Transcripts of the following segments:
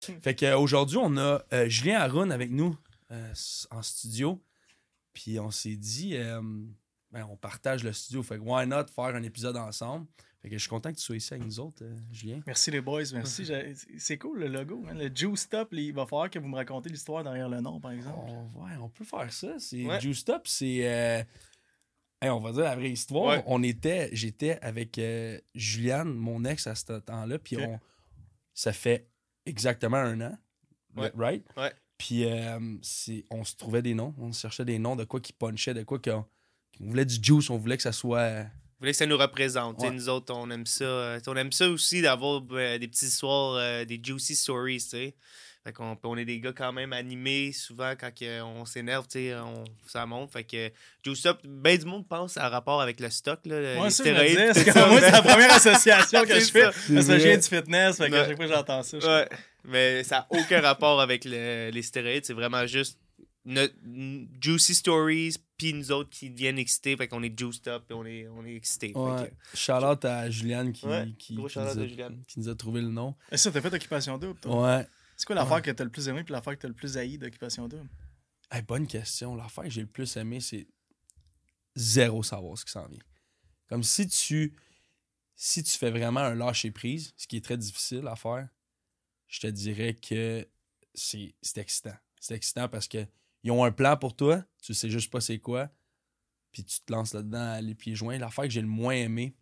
Fait qu'aujourd'hui, on a Julien Haroun avec nous en studio. Puis on s'est dit, on partage le studio. Fait que why not faire un épisode ensemble? Fait que je suis content que tu sois ici avec nous autres, Julien. Merci les boys, merci. C'est cool le logo. Hein? Le Juiced Up, il va falloir que vous me racontiez l'histoire derrière le nom, par exemple. On peut faire ça. Juiced Up, c'est... on va dire la vraie histoire. Ouais. J'étais avec Juliane, mon ex à ce temps-là, puis ça fait exactement 1 an. Ouais. Right? Ouais. Puis on se trouvait des noms, on se cherchait des noms de quoi qui punchait, de quoi qu'on voulait du juice, on voulait que ça soit... Vous voulez que ça nous représente. Ouais. Nous autres, on aime ça. On aime ça aussi d'avoir des petites histoires, des juicy stories. T'sais. Fait on est des gars quand même animés. Souvent, quand on s'énerve, ça monte. Fait que Juice Up, ben du monde pense à rapport avec le stock. Là, moi, les ça, stéroïdes. moi, c'est la première association que je fais. ça. Parce que je viens du fitness. Fait qu'à chaque fois que j'entends ça, Ouais. Mais ça n'a aucun rapport avec les stéroïdes. C'est vraiment juste notre juicy stories, puis nous autres qui deviennent excités. Fait qu'on est juiced up et on est excités. Ouais. Shout-out à Juliane qui nous a trouvé le nom. Et ça, t'as fait Occupation Double, toi? Ouais. C'est quoi l'affaire que t'as le plus aimé puis l'affaire que t'as le plus haï d'Occupation Double? Hey, bonne question. L'affaire que j'ai le plus aimé, c'est zéro savoir ce qui s'en vient. Comme si tu fais vraiment un lâcher-prise, ce qui est très difficile à faire, je te dirais que c'est excitant. C'est excitant parce que ils ont un plan pour toi, tu sais juste pas c'est quoi, puis tu te lances là-dedans les pieds joints. L'affaire que j'ai le moins aimé,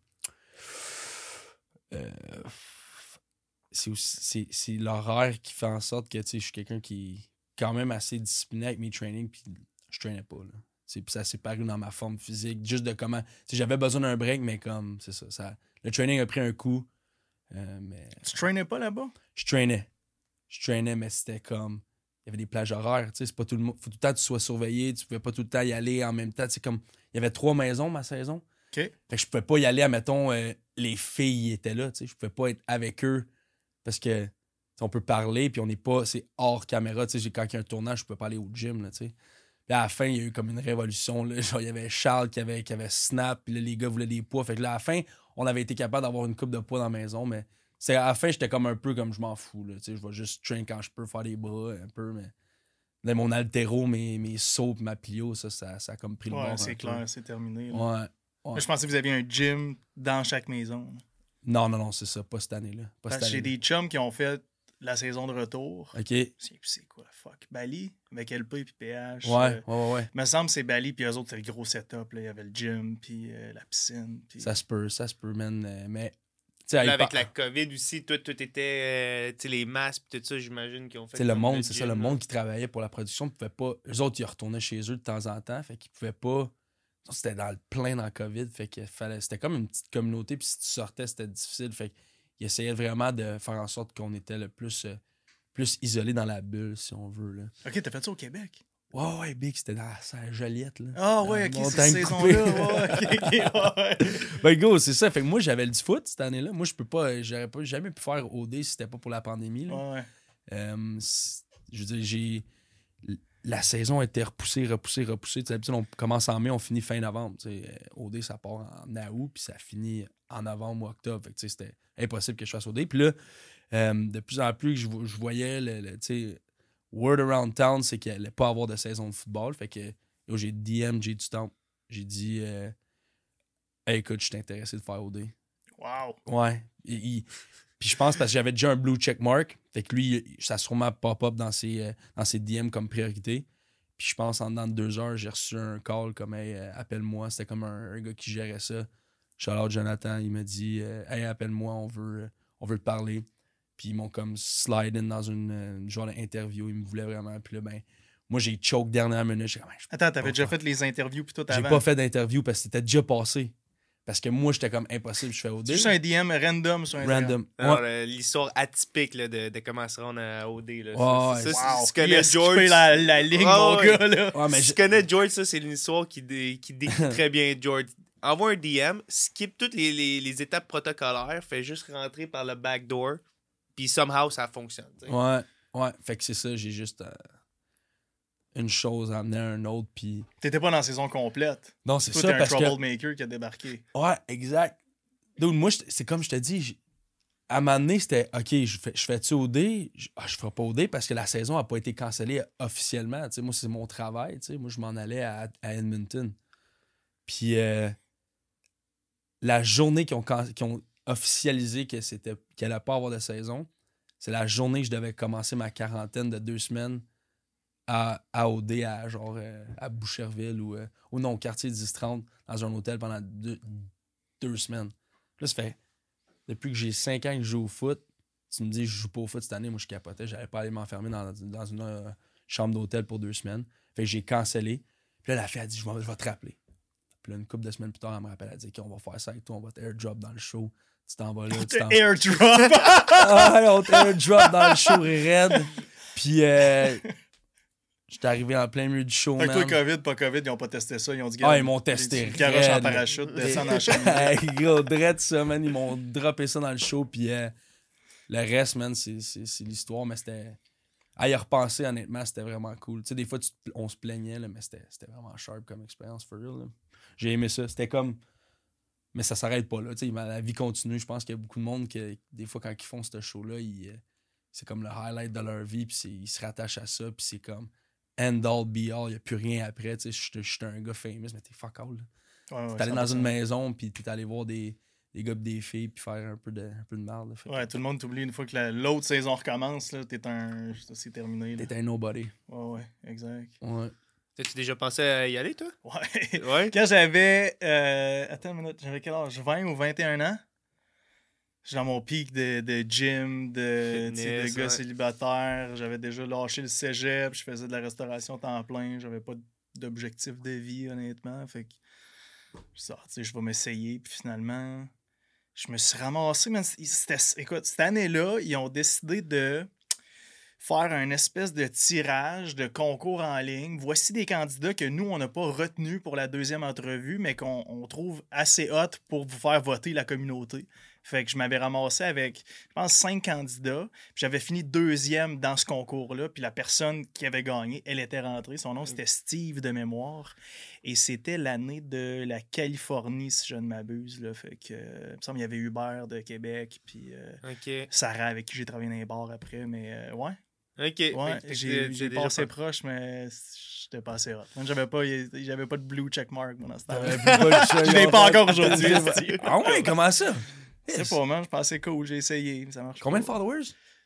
c'est l'horaire qui fait en sorte que je suis quelqu'un qui est quand même assez discipliné avec mes trainings, puis je traînais pas. Là. Puis ça s'est paru dans ma forme physique, juste de comment... J'avais besoin d'un break, mais comme, c'est ça. Le training a pris un coup. Mais... Tu traînais pas là-bas? Je traînais, mais c'était comme... Il y avait des plages horaires, c'est pas tout le monde... Faut tout le temps que tu sois surveillé, tu pouvais pas tout le temps y aller en même temps. Comme... Il y avait 3 maisons, ma saison. OK. Fait que je pouvais pas y aller, admettons, les filles étaient là, je pouvais pas être avec eux parce que on peut parler, puis on n'est pas... C'est hors caméra, quand il y a un tournage, je peux pas aller au gym, là, tu sais. Puis à la fin, il y a eu comme une révolution. Là. Genre, il y avait Charles qui avait Snap, puis là, les gars voulaient des poids. Fait que là, à la fin, on avait été capable d'avoir une coupe de poids dans la maison, mais à la fin, j'étais comme un peu comme je m'en fous. Là. Je vais juste train quand je peux, faire des bras un peu, mais là, mon haltéro, mes sauts, ma plio, ça a comme pris le bord. Ouais, c'est clair, c'est terminé. Ouais. Je pensais que vous aviez un gym dans chaque maison. Non, c'est ça, pas cette année-là. J'ai des chums qui ont fait la saison de retour. OK. C'est quoi, fuck? Bali, avec LP et PH. Ouais. Il me semble que c'est Bali, puis eux autres, c'était le gros setup. Là. Il y avait le gym, puis la piscine. Puis... Ça se peut, man. Mais... Là, avec la COVID aussi, tout était... les masques et tout ça, j'imagine qu'ils ont fait... le monde, c'est ça, le monde qui travaillait pour la production ne pouvait pas... Eux autres, ils retournaient chez eux de temps en temps, fait qu'ils pouvaient pas... C'était dans le plein dans le COVID, fait que c'était comme une petite communauté, puis si tu sortais, c'était difficile, fait qu'ils essayaient vraiment de faire en sorte qu'on était le plus isolé dans la bulle, si on veut. Là. OK, t'as fait ça au Québec? Ouais, Big, c'était dans la Joliette. Là. Ah ouais, OK, c'est cette saison-là. Ouais. Ben, go, c'est ça. Fait que moi, j'avais du foot cette année-là. Moi, j'aurais pas jamais pu faire OD si c'était pas pour la pandémie. Là. Ouais. Je veux dire, la saison a été repoussée. D'habitude, on commence en mai, on finit fin novembre. OD, ça part en août, puis ça finit en novembre ou octobre. Fait que c'était impossible que je fasse OD. Puis là, de plus en plus que je voyais word around town, c'est qu'il allait pas avoir de saison de football. Fait que là, j'ai DM, j'ai du temps. J'ai dit hey, écoute, je suis intéressé de faire OD. Wow. Ouais. Puis je pense parce que j'avais déjà un blue check mark. Fait que lui, ça a sûrement pop-up dans ses DM comme priorité. Puis je pense en dedans de 2 heures, j'ai reçu un call comme hey, appelle-moi. C'était comme un gars qui gérait ça. Shout-out Jonathan, il m'a dit hey, appelle-moi, on veut te parler. Puis ils m'ont comme slide in dans une genre d'interview. Ils me voulaient vraiment. Puis là, ben, moi, j'ai choke dernière minute. Attends, t'avais déjà fait les interviews puis tout avant? J'ai pas fait d'interview parce que c'était déjà passé. Parce que moi, j'étais comme impossible, je fais OD. C'est juste un DM random sur Instagram. Random. Alors, l'histoire atypique là, de comment se rendre à OD. Là. Ouais, ça, wow. si tu connais George... la ligne, mon gars. Là. Ouais, mais si tu connais George, ça, c'est une histoire qui décrit très bien George. Envoie un DM, skip toutes les étapes protocolaires, fais juste rentrer par le backdoor, puis somehow, ça fonctionne. T'sais. Ouais. Fait que c'est ça, j'ai juste une chose à amener à un autre, puis... T'étais pas dans la saison complète. Non, c'est toi, ça, t'es parce un que... troublemaker qui a débarqué. Ouais, exact. Donc, moi, c'est comme je te dis, à un moment donné, c'était OK, je fais-tu OD? Je ferai pas OD parce que la saison n'a pas été cancellée officiellement. Tu sais, moi, c'est mon travail. Tu sais. Moi, je m'en allais à Edmonton. Puis la journée qu'ils ont officialisé qu'il n'allait pas avoir de saison, c'est la journée que je devais commencer ma quarantaine de 2 semaines à OD à Boucherville ou non, au quartier 10-30 dans un hôtel pendant 2 semaines. Là, ça fait depuis que j'ai 5 ans que je joue au foot, tu me dis je joue pas au foot cette année, moi je capotais, j'allais pas aller m'enfermer dans une chambre d'hôtel pour 2 semaines. Fait que j'ai cancellé. Puis là, la fille a dit je vais te rappeler. Puis là, une couple de semaines plus tard, elle me rappelle, elle a dit OK, on va faire ça avec toi, on va t'airdrop dans le show. Tu t'en vas là. Airdrop! On t'airdrop dans le show raide. Puis j'étais arrivé en plein milieu du show, Avec toi, man. COVID, pas COVID, ils ont pas testé ça. Ils ont dit ils m'ont testé. Garoche en parachute, descendre en chemin. Hey, gros, dread ça, man. Ils m'ont droppé ça dans le show. Puis le reste, man, c'est l'histoire. Mais c'était. À y repenser, honnêtement, c'était vraiment cool. Tu sais, des fois, on se plaignait, là, mais c'était vraiment sharp comme expérience, for real. Là. J'ai aimé ça. C'était comme. Mais ça s'arrête pas là. Tu sais, la vie continue. Je pense qu'il y a beaucoup de monde qui, des fois, quand ils font ce show-là, c'est comme le highlight de leur vie. Puis ils se rattachent à ça. Puis c'est comme. End all be all, il n'y a plus rien après. Tu sais, je suis un gars famous, mais t'es fuck all. T'es allé dans une maison, puis t'es allé voir des gars et des filles, puis faire un peu de merde. Ouais, tout le monde t'oublie une fois que l'autre saison recommence, là, c'est terminé. T'es un nobody. Ouais, exact. Ouais. T'as-tu déjà pensé à y aller, toi? Ouais. Ouais. Quand j'avais. Attends une minute, j'avais quel âge? 20 ou 21 ans? J'étais dans mon pic de gym, de gars célibataires. J'avais déjà lâché le cégep. Je faisais de la restauration temps plein. J'avais pas d'objectif de vie, honnêtement. Fait que je vais m'essayer. Puis finalement, je me suis ramassé. Écoute, cette année-là, ils ont décidé de faire un espèce de tirage de concours en ligne. Voici des candidats que nous, on n'a pas retenus pour la deuxième entrevue, mais qu'on trouve assez hot pour vous faire voter la communauté. Fait que je m'avais ramassé avec, je pense, 5 candidats. Puis j'avais fini 2e dans ce concours-là. Puis la personne qui avait gagné, elle était rentrée. Son nom, c'était Steve de mémoire. Et c'était l'année de la Californie, si je ne m'abuse. Là. Fait que, il me semble qu'il y avait Hubert de Québec. Puis Sarah, avec qui j'ai travaillé dans les bars après. Mais ouais. OK. Ouais, j'ai passé proche, mais j'étais pas assez hot. J'avais pas de blue checkmark, moi, dans ce temps-là. Je l'ai pas encore aujourd'hui. Ah ouais, comment ça? C'est pas, man. Je pensais cool. J'ai essayé. Ça marche. Combien de followers?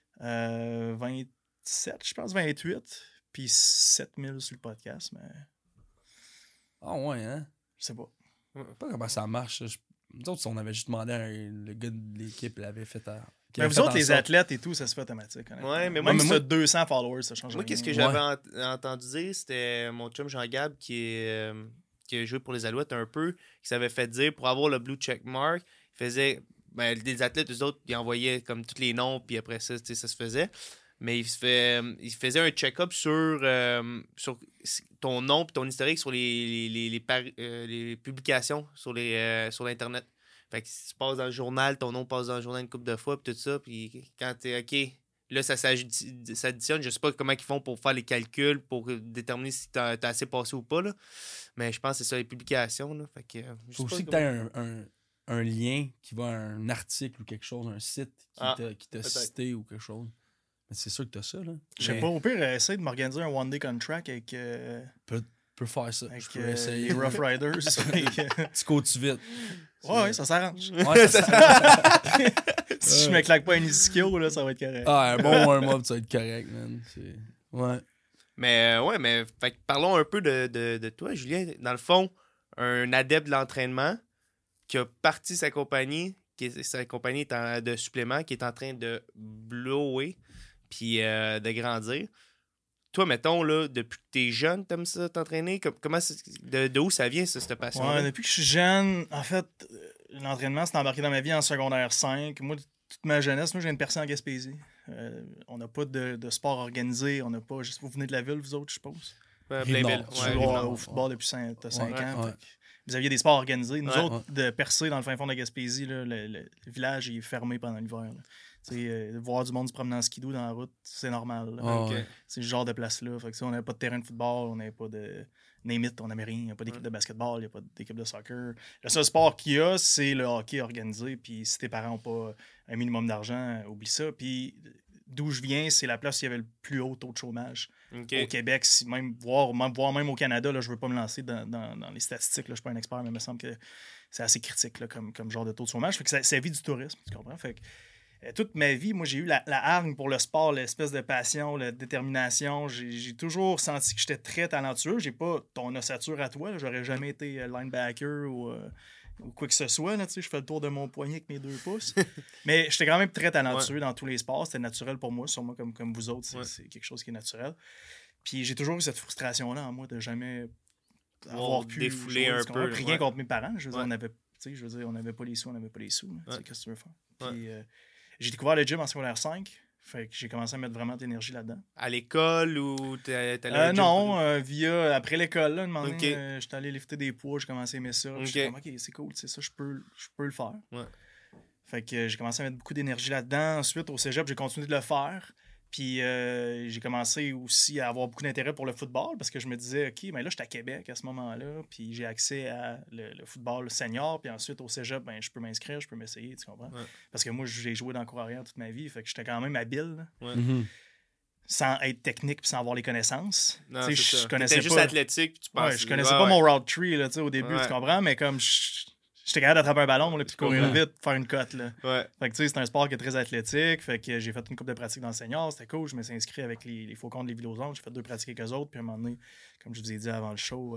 27, je pense 28. Puis 7000 sur le podcast, mais. Ah ouais, hein? Je sais pas. Je sais pas comment ça marche. Nous autres, on avait juste demandé le gars de l'équipe, il avait fait. Mais vous autres, les athlètes et tout, ça se fait automatique. Ouais, mais même si moi, tu as 200 followers, ça change rien. Moi, qu'est-ce que j'avais entendu dire, c'était mon chum Jean-Gab qui a joué pour les Alouettes un peu, qui s'avait fait dire pour avoir le blue checkmark, il faisait. Ben, les athlètes, eux autres, ils envoyaient comme tous les noms, puis après ça, ça se faisait. Mais il faisait un check-up sur ton nom et ton historique sur les publications sur l'Internet. Fait que si tu passes dans le journal, ton nom passe dans le journal une couple de fois, puis tout ça, puis quand t'es OK, là, ça s'additionne. Je sais pas comment ils font pour faire les calculs, pour déterminer si t'as assez passé ou pas, là. Mais je pense que c'est ça, les publications, là. Fait que, faut aussi que t'aies un lien qui va à un article ou quelque chose, un site qui t'a cité ou quelque chose. Mais c'est sûr que t'as ça, là. Je sais pas, au pire, essaye de m'organiser un one-day contract avec... peux faire ça. Avec je peux essayer. les Rough Riders. Tu cours-tu vite? Ouais, ça s'arrange. Ouais, ça s'arrange. Si je me claque pas un ischio, là, ça va être correct. Ah, un bon warm-up, ça va être correct, man. Ouais. Mais fait que parlons un peu de toi, Julien. Dans le fond, un adepte de l'entraînement qui a parti sa compagnie de suppléments, qui est en train de blower puis de grandir. Toi, mettons, là, depuis que t'es jeune, t'aimes ça t'entraîner? De où ça vient, cette passion? Ouais, depuis que je suis jeune, en fait, l'entraînement s'est embarqué dans ma vie en secondaire 5. Moi, toute ma jeunesse, moi, je viens de percer en Gaspésie. On n'a pas de sport organisé. On n'a pas... Vous venez de la ville, vous autres, je suppose? Blainville. Je joue au football depuis 5 ans. Ouais. Vous aviez des sports organisés. Nous autres, de percer dans le fin fond de la Gaspésie, là, le village est fermé pendant l'hiver. Voir du monde se promener en skidoo dans la route, c'est normal. Oh, Ok. ouais. C'est le genre de place-là. Fait que, on n'avait pas de terrain de football, on n'avait pas de... Name it, on n'avait rien. Il n'y a pas d'équipe de basketball, il n'y a pas d'équipe de soccer. Le seul sport qu'il y a, c'est le hockey organisé. Puis si tes parents n'ont pas un minimum d'argent, oublie ça. Puis d'où je viens, c'est la place où il y avait le plus haut taux de chômage. Ok. Au Québec, voire même au Canada, là, je ne veux pas me lancer dans les statistiques. Là, je ne suis pas un expert, mais il me semble que c'est assez critique là, comme genre de taux de chômage. Fait que ça vit du tourisme, tu comprends? Fait que, toute ma vie, moi, j'ai eu la hargne pour le sport, l'espèce de passion, la détermination. J'ai toujours senti que j'étais très talentueux. J'ai pas ton ossature à toi. J'aurais jamais été linebacker ou quoi que ce soit. Là, je fais le tour de mon poignet avec mes 2 pouces. Mais j'étais quand même très talentueux dans tous les sports. C'était naturel pour moi, sûrement comme vous autres. C'est quelque chose qui est naturel. Puis j'ai toujours eu cette frustration-là en moi de jamais avoir pu défouler jouer, un peu. rien contre mes parents. Je veux dire, on n'avait pas les sous, on n'avait pas les sous. Qu'est-ce que tu veux faire? Puis, j'ai découvert le gym en secondaire 5. Fait que j'ai commencé à mettre vraiment d'énergie là-dedans. À l'école ou non, après l'école, là, Okay. j'étais allé lifter des poids, j'ai commencé à aimer ça. Okay. J'étais comme, OK, c'est cool, c'est ça, je peux le faire. Ouais. Fait que j'ai commencé à mettre beaucoup d'énergie là-dedans. Ensuite, au cégep, j'ai continué de le faire. Puis j'ai commencé aussi à avoir beaucoup d'intérêt pour le football parce que je me disais, OK, mais là, je suis à Québec à ce moment-là. Puis j'ai accès à le football senior. Puis ensuite, au cégep, ben, je peux m'inscrire, je peux m'essayer, tu comprends? Ouais. Parce que moi, j'ai joué dans le cours arrière toute ma vie. Fait que j'étais quand même habile. Ouais. Sans être technique puis sans avoir les connaissances. Non, je connaissais juste athlétique. Puis tu penses, je connaissais pas mon route tree là, au début, tu comprends? Mais comme j'étais capable d'attraper un ballon, puis courir vite, faire une cote. Là. Ouais. Fait que c'est un sport qui est très athlétique. Fait que j'ai fait une couple de pratiques dans le senior, c'était cool. Je me suis inscrit avec les Faucons de Lévis-Lauzon. J'ai fait 2 pratiques avec eux autres. Puis à un moment donné, comme je vous ai dit avant le show,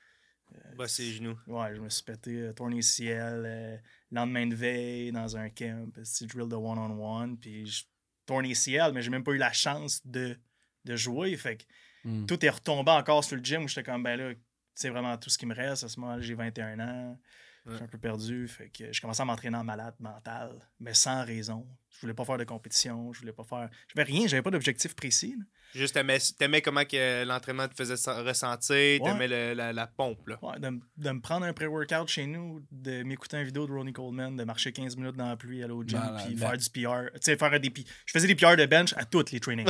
c'est les genoux. Ouais, je me suis pété tourné ciel, lendemain de veille dans un camp, c'est drill de one-on-one. Puis tourné ciel, mais j'ai même pas eu la chance de jouer. Fait que tout est retombé encore sur le gym où j'étais comme, ben là, c'est vraiment tout ce qui me reste. À ce moment-là, j'ai 21 ans. Je suis un peu perdu. Fait que je commençais à m'entraîner en malade mental, mais sans raison. Je voulais pas faire de compétition. Je voulais rien. J'avais pas d'objectif précis. Là. Juste, t'aimais comment que l'entraînement te faisait ressentir. T'aimais la pompe. Là. Ouais, de me prendre un pré-workout chez nous, de m'écouter une vidéo de Ronnie Coleman, de marcher 15 minutes dans la pluie, aller au gym, puis faire du PR. Tu sais, je faisais des PR de bench à tous les trainings.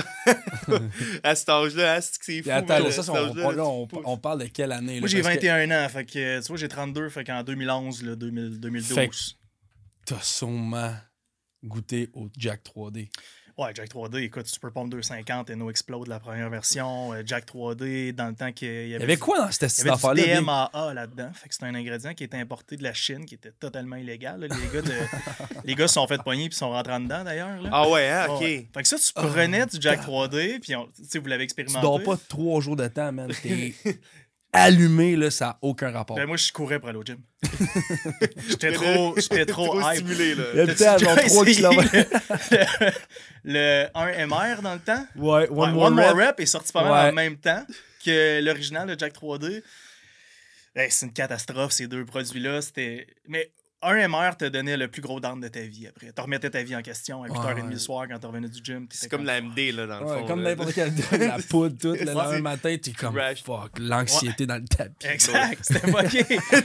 À cet âge-là, c'est fou. Attends, on parle de quelle année? Moi, j'ai 21 ans. Fait que, tu vois, j'ai 32. Fait qu'en 2011, là, 2012. Fait que t'as sûrement goûté au Jack 3D. Ouais, Jack 3D, écoute, Super Pump 250 et No Explode, la première version. Jack 3D, dans le temps qu'il y avait quoi dans cette affaire-là? Il y avait du DMAA là-dedans. Fait que c'était un ingrédient qui était importé de la Chine, qui était totalement illégal. Là. Les gars se sont fait pogner et sont rentrés dedans, d'ailleurs. Là. Ah ouais, hein, OK. Ouais. Fait que ça, tu prenais du Jack 3D, puis vous l'avez expérimenté. Tu dors pas 3 jours de temps, man. T'es allumé, là, ça n'a aucun rapport. Ben moi, je courais pour aller au gym. J'étais trop hype. Stimulé, là. Il habitait à genre 3 km. Le 1MR dans le temps. Ouais, One More Rep est sorti pas mal en même temps que l'original de Jack 3D. Hey, c'est une catastrophe, ces 2 produits-là. Mais 1MR te donnait le plus gros down de ta vie après. Tu remettais ta vie en question à 8h30 le soir quand tu revenais du gym. C'est comme la MD, là, dans le fond. Comme n'importe quelle drogue, la poudre, toute. Le lendemain matin, t'es comme fuck, l'anxiété dans le tapis. Exact, c'était fucké.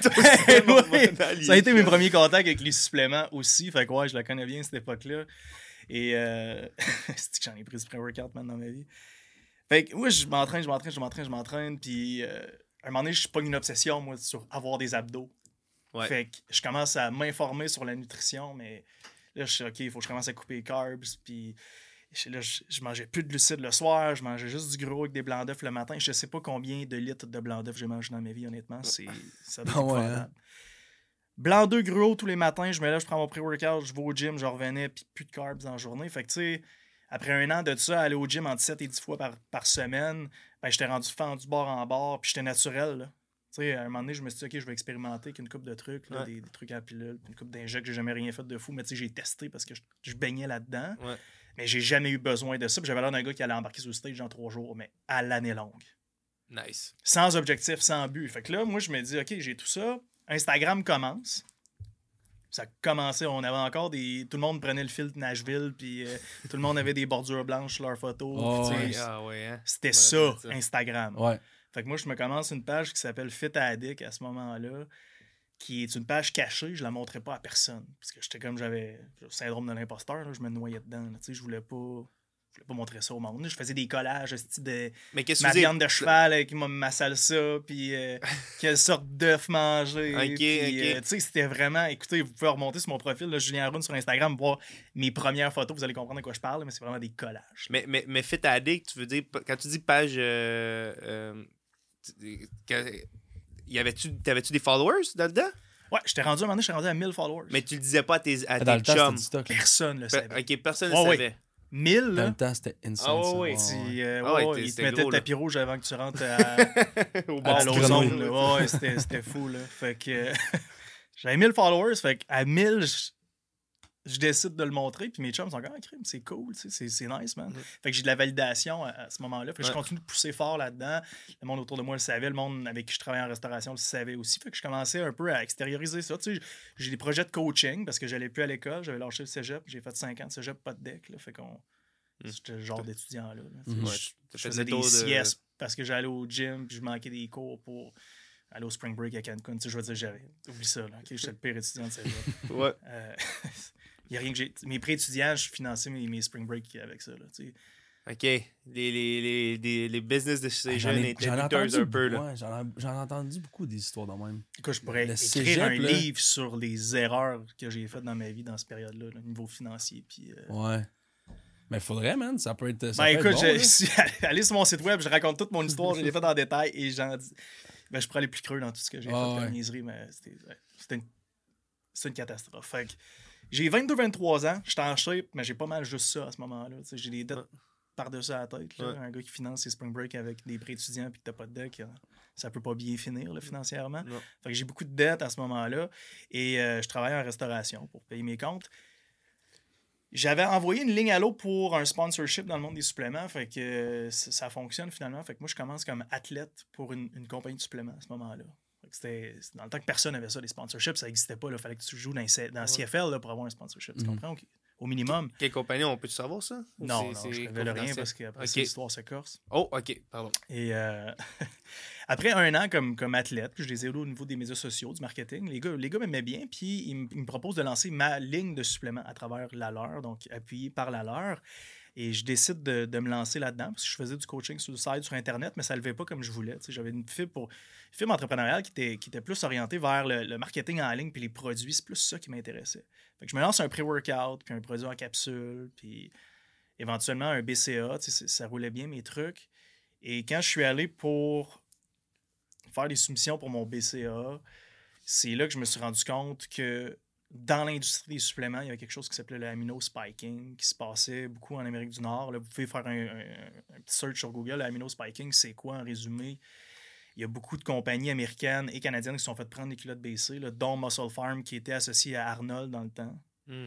Ça a été mes premiers contacts avec les suppléments aussi. Fait que ouais, je la connais bien cette époque-là. Et c'est que j'en ai pris du pré-workout maintenant dans ma vie. Fait que moi, je m'entraîne. Puis à un moment donné, je suis pas une obsession, moi, sur avoir des abdos. Ouais. Fait que je commence à m'informer sur la nutrition, mais là, je suis OK, il faut que je commence à couper les carbs. Puis là, je mangeais plus de glucides le soir, je mangeais juste du gros avec des blancs d'œufs le matin. Je sais pas combien de litres de blancs d'œufs j'ai mangé dans ma vie, honnêtement. Ça doit être formidable. Blanc d'œufs gros tous les matins, je me lève, je prends mon pré-workout, je vais au gym, je revenais, puis plus de carbs dans la journée. Fait que tu sais, après un an de ça, aller au gym entre 7 et 10 fois par semaine, ben, j'étais fendu bord en bord, puis j'étais naturel, là. T'sais, à un moment donné, je me suis dit, OK, je vais expérimenter avec une couple de trucs, là, des trucs à pilule, une couple d'injects, j'ai jamais rien fait de fou, mais j'ai testé parce que je baignais là-dedans. Ouais. Mais j'ai jamais eu besoin de ça. Puis j'avais l'air d'un gars qui allait embarquer sur le stage en 3 jours, mais à l'année longue. Nice. Sans objectif, sans but. Fait que là, moi, je me dis, OK, j'ai tout ça. Instagram commence. Ça commençait, on avait encore tout le monde prenait le filtre Nashville, puis tout le monde avait des bordures blanches sur leurs photos. C'était ça, Instagram. Ouais. Fait que moi, je me commence une page qui s'appelle Fit Addict à ce moment-là, qui est une page cachée, je la montrais pas à personne. Parce que j'avais le syndrome de l'imposteur, là, je me noyais dedans. Là, je voulais pas montrer ça au monde. Je faisais des collages de ma viande de cheval avec ma salsa, puis quelle sorte d'œuf manger. C'était vraiment... Écoutez, vous pouvez remonter sur mon profil, là, Julien Haroun sur Instagram, voir mes premières photos, vous allez comprendre de quoi je parle, mais c'est vraiment des collages. Mais Fit Addict, tu veux dire, quand tu dis page... T'avais-tu des followers là-dedans? Ouais, un moment donné, j'étais rendu à 1000 followers. Mais tu le disais pas à tes chums. Personne le savait. OK, personne le savait. 1000, là. Dans le temps, c'était insane. Ils te mettaient le tapis rouge avant que tu rentres à l'ozone. C'était fou, là. Fait que j'avais 1000 followers. Fait qu'à 1000, je décide de le montrer. Puis mes chums sont comme, crime, c'est cool, c'est nice, man. Fait que j'ai de la validation à ce moment-là. Fait que je continue de pousser fort là-dedans. Le monde autour de moi le savait. Le monde avec qui je travaillais en restauration le savait aussi. Fait que je commençais un peu à extérioriser ça. J'ai des projets de coaching parce que j'allais plus à l'école. J'avais lâché le cégep. J'ai fait 5 ans de cégep, pas de deck. Là. Fait qu'on... J'étais le genre d'étudiant-là. Je faisais des siestes parce que j'allais au gym puis je manquais des cours pour aller au spring break à Cancun. Je veux dire, oublie ça. Là. Okay? J'étais le pire étudiant de cégep. Ouais. Y a rien que mes pré-étudiants, je finançais mes spring break avec ça. Là, OK. Les business de ces jeunes étaient douteuses un peu. Là. Ouais, j'en ai entendu beaucoup des histoires de même. Écoute, je pourrais écrire un livre sur les erreurs que j'ai faites dans ma vie dans cette période-là, au niveau financier. Puis, Ouais. Mais faudrait, man. Ça peut être. Écoute, allez sur mon site web, je raconte toute mon histoire, je l'ai fait en détail et j'en dis. Je pourrais aller plus creux dans tout ce que j'ai fait comme niaiserie, mais c'était une catastrophe. Fait que j'ai 22-23 ans, j'étais en shape, mais j'ai pas mal juste ça à ce moment-là. T'sais, j'ai des dettes par-dessus la tête. Là. Un gars qui finance ses spring break avec des prêts étudiants puis que t'as pas de deck, ça peut pas bien finir là, financièrement. Fait que j'ai beaucoup de dettes à ce moment-là et je travaillais en restauration pour payer mes comptes. J'avais envoyé une ligne à l'eau pour un sponsorship dans le monde des suppléments, fait que ça fonctionne finalement. Fait que moi, je commence comme athlète pour une compagnie de suppléments à ce moment-là. C'était dans le temps que personne n'avait ça, les sponsorships, ça n'existait pas. Il fallait que tu joues dans CFL là, pour avoir un sponsorship. Tu comprends? Au minimum. Quelle compagnie, on peut savoir ça? Non, je ne révèle rien parce qu'après l'histoire se corse. Oh, OK, pardon. Et après 1 an comme athlète, puis je les ai aidés au niveau des médias sociaux, du marketing, les gars m'aimaient bien, puis ils me proposent de lancer ma ligne de suppléments à travers la leur, donc appuyée par la leur. Et je décide de me lancer là-dedans parce que je faisais du coaching sur le site, sur Internet, mais ça ne levait pas comme je voulais. T'sais, j'avais une fibre entrepreneuriale qui était plus orientée vers le marketing en ligne puis les produits. C'est plus ça qui m'intéressait. Fait que je me lance un pré-workout, puis un produit en capsule, puis éventuellement un BCA. Ça roulait bien mes trucs. Et quand je suis allé pour faire des soumissions pour mon BCA, c'est là que je me suis rendu compte que dans l'industrie des suppléments, il y avait quelque chose qui s'appelait le amino spiking qui se passait beaucoup en Amérique du Nord. Là, vous pouvez faire un petit search sur Google. Le amino spiking, c'est quoi en résumé? Il y a beaucoup de compagnies américaines et canadiennes qui se sont fait prendre des culottes baissées, là, dont Muscle Farm qui était associé à Arnold dans le temps.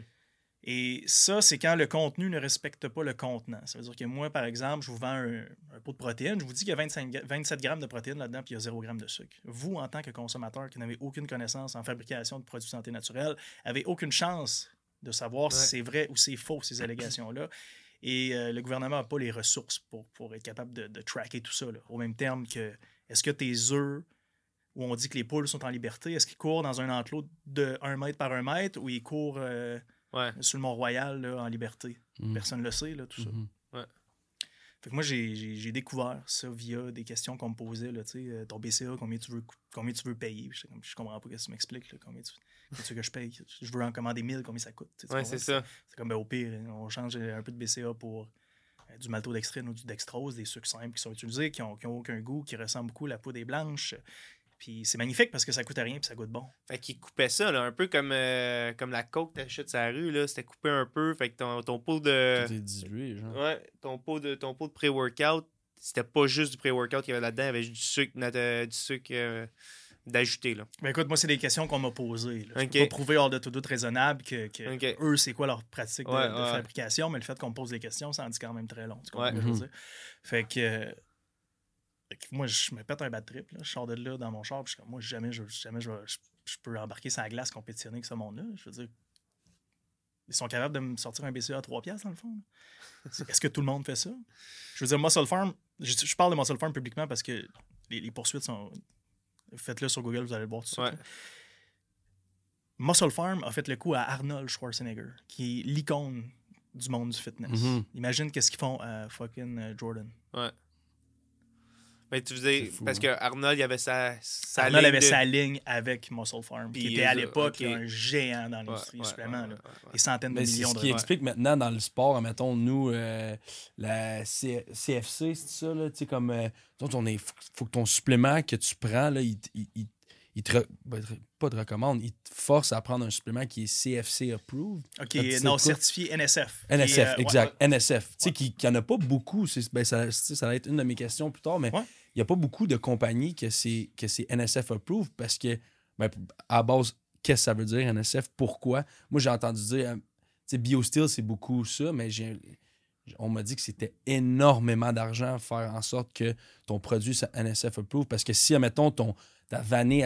Et ça, c'est quand le contenu ne respecte pas le contenant. Ça veut dire que moi, par exemple, je vous vends un pot de protéines, je vous dis qu'il y a 27 grammes de protéines là-dedans puis il y a 0 g de sucre. Vous, en tant que consommateur qui n'avez aucune connaissance en fabrication de produits de santé naturelle, n'avez aucune chance de savoir si c'est vrai ou c'est faux, ces allégations-là. Et le gouvernement n'a pas les ressources pour être capable de tracker tout ça. Là. Au même terme que, est-ce que tes œufs, où on dit que les poules sont en liberté, est-ce qu'ils courent dans un enclos de 1 mètre par 1 mètre ou ils courent... sur le Mont-Royal, là, en liberté. Personne ne le sait, là, tout ça. Fait que moi, j'ai découvert ça via des questions qu'on me posait. Là, ton BCA, combien tu veux payer? Je comprends pas ce que tu m'expliques. Combien tu veux que je paye? Je veux en commander 1000, combien ça coûte? Ouais, c'est ça. C'est comme au pire, on change un peu de BCA pour du maltodextrine ou du dextrose, des sucres simples qui sont utilisés, qui n'ont aucun goût, qui ressemblent beaucoup à la poudre des blanches. Puis c'est magnifique parce que ça coûte rien et ça goûte bon. Fait qu'il coupait ça, là, un peu comme la coke que t'achètes sur la rue, là. C'était coupé un peu. Fait que ton pot de... Tout est dilué, genre. Ouais, ton pot de pré-workout, c'était pas juste du pré-workout qu'il y avait là-dedans, il y avait du sucre d'ajouter, là. Ben écoute, moi, c'est des questions qu'on m'a posées. Là. Je peux pas prouver hors de tout doute raisonnable que eux, c'est quoi leur pratique de fabrication, mais le fait qu'on me pose des questions, ça en dit quand même très long. Tu comprends ce que je veux dire? Fait que... Moi, je me pète un bad trip. Là. Je sors de là dans mon char. Puis moi, jamais je peux embarquer sur la glace compétitionner avec ce monde-là. Je veux dire, ils sont capables de me sortir un BCA à 3$ dans le fond. Est-ce que tout le monde fait ça? Je veux dire, Muscle Farm, je parle de Muscle Farm publiquement parce que les poursuites sont... Faites-le sur Google, vous allez le voir tout de suite. Muscle Farm a fait le coup à Arnold Schwarzenegger, qui est l'icône du monde du fitness. Mm-hmm. Imagine qu'est-ce qu'ils font à fucking Jordan. Ouais. Mais tu faisais. Fou, parce hein. que Arnold, il avait sa Arnold ligne avait de... sa ligne avec Muscle Farm, Puis qui était à l'époque ok. un géant dans l'industrie du supplément. Là. Des centaines de Mais c'est millions ce de qui dollars. explique maintenant dans le sport, mettons, nous, la CFC, c'est ça, là, tu sais, comme, faut que ton supplément que tu prends, là, il pas te recommande, il te force à prendre un supplément qui est CFC approved. OK, Ça, non, quoi? certifié NSF. NSF, Qui est, exact. NSF. Tu sais, qui n'y en a pas beaucoup. Ça va être une de mes questions plus tard, mais il n'y a pas beaucoup de compagnies que c'est NSF approved parce que, ben, à la base, qu'est-ce que ça veut dire, NSF? Pourquoi? Moi, j'ai entendu dire, tu sais, BioSteel, c'est beaucoup ça, mais on m'a dit que c'était énormément d'argent à faire en sorte que ton produit soit NSF approved parce que si, admettons, ta vanille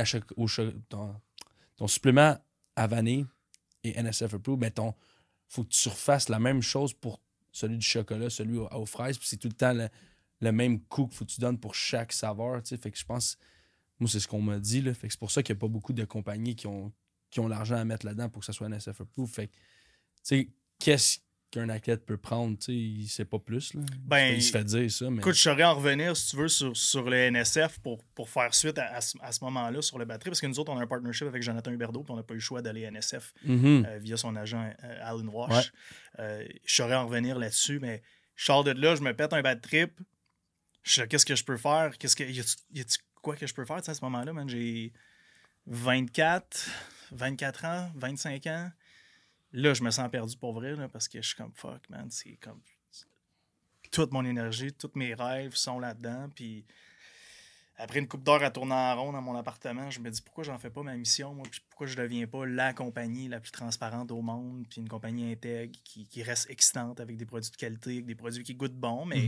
ton supplément à vanille est NSF approved, ben faut que tu refasses la même chose pour celui du chocolat, celui aux fraises, puis c'est tout le temps le même coût qu'il faut que tu donnes pour chaque saveur, tu sais. Fait que je pense, moi, c'est ce qu'on m'a dit, là. Fait que c'est pour ça qu'il n'y a pas beaucoup de compagnies qui ont l'argent à mettre là-dedans pour que ça soit NSF approved. Fait que, tu sais, qu'est-ce qu'un athlète peut prendre, tu sais, il sait pas plus, là. Ben, il se fait dire ça, mais... Écoute, je saurais en revenir, si tu veux, sur le NSF pour faire suite à ce moment-là sur le batterie, parce que nous autres, on a un partnership avec Jonathan Huberdeau, puis on n'a pas eu le choix d'aller NSF via son agent Alan Walsh. Ouais. Je saurais en revenir là-dessus, mais je sors de là, je me pète un bad trip. Je sais, qu'est-ce que je peux faire? Y a-tu quoi que je peux faire à ce moment-là, man? J'ai 24 ans, 25 ans. Là, je me sens perdu pour vrai, là, parce que je suis comme fuck, man. C'est comme toute mon énergie, tous mes rêves sont là-dedans. Puis après une couple d'heures à tourner en rond dans mon appartement, je me dis pourquoi j'en fais pas ma mission, moi, puis pourquoi je deviens pas la compagnie la plus transparente au monde, puis une compagnie intègre qui reste excitante avec des produits de qualité, avec des produits qui goûtent bon, mais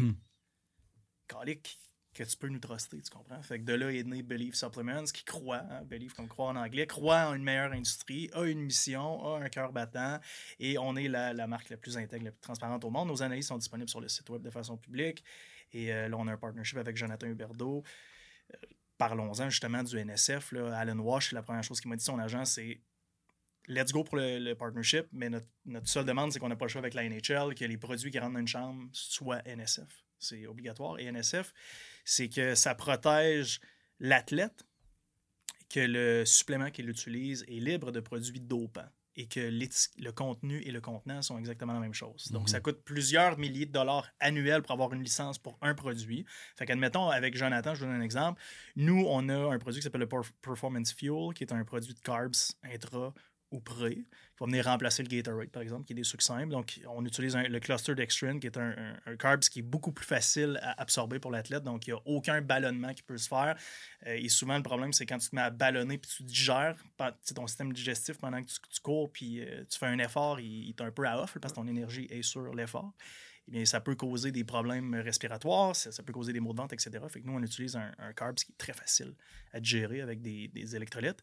calique que tu peux nous truster, tu comprends? Fait que de là est né Believe Supplements, qui croit, Believe comme croire en anglais, croit en une meilleure industrie, a une mission, a un cœur battant, et on est la marque la plus intègre, la plus transparente au monde. Nos analyses sont disponibles sur le site web de façon publique, et là, on a un partnership avec Jonathan Huberdeau. Parlons-en justement du NSF. Là. Alan Walsh, la première chose qu'il m'a dit, son agent, c'est let's go pour le partnership, mais notre seule demande, c'est qu'on n'a pas le choix avec la NHL, que les produits qui rentrent dans une chambre soient NSF. C'est obligatoire. Et NSF, c'est que ça protège l'athlète, que le supplément qu'il utilise est libre de produits dopants et que le contenu et le contenant sont exactement la même chose. Donc, ça coûte plusieurs milliers de dollars annuels pour avoir une licence pour un produit. Fait qu'admettons, avec Jonathan, je vous donne un exemple. Nous, on a un produit qui s'appelle le Performance Fuel, qui est un produit de carbs intra ou pré, qui va venir remplacer le Gatorade, par exemple, qui est des sucres simples. Donc, on utilise le cluster dextrin, qui est un carbs qui est beaucoup plus facile à absorber pour l'athlète. Donc, il n'y a aucun ballonnement qui peut se faire. Et souvent, le problème, c'est quand tu te mets à ballonner puis tu digères ton système digestif pendant que tu cours puis tu fais un effort, il est un peu à off parce que ton énergie est sur l'effort. Eh bien, ça peut causer des problèmes respiratoires, ça peut causer des maux de ventre, etc. Fait que nous, on utilise un carbs qui est très facile à digérer avec des électrolytes.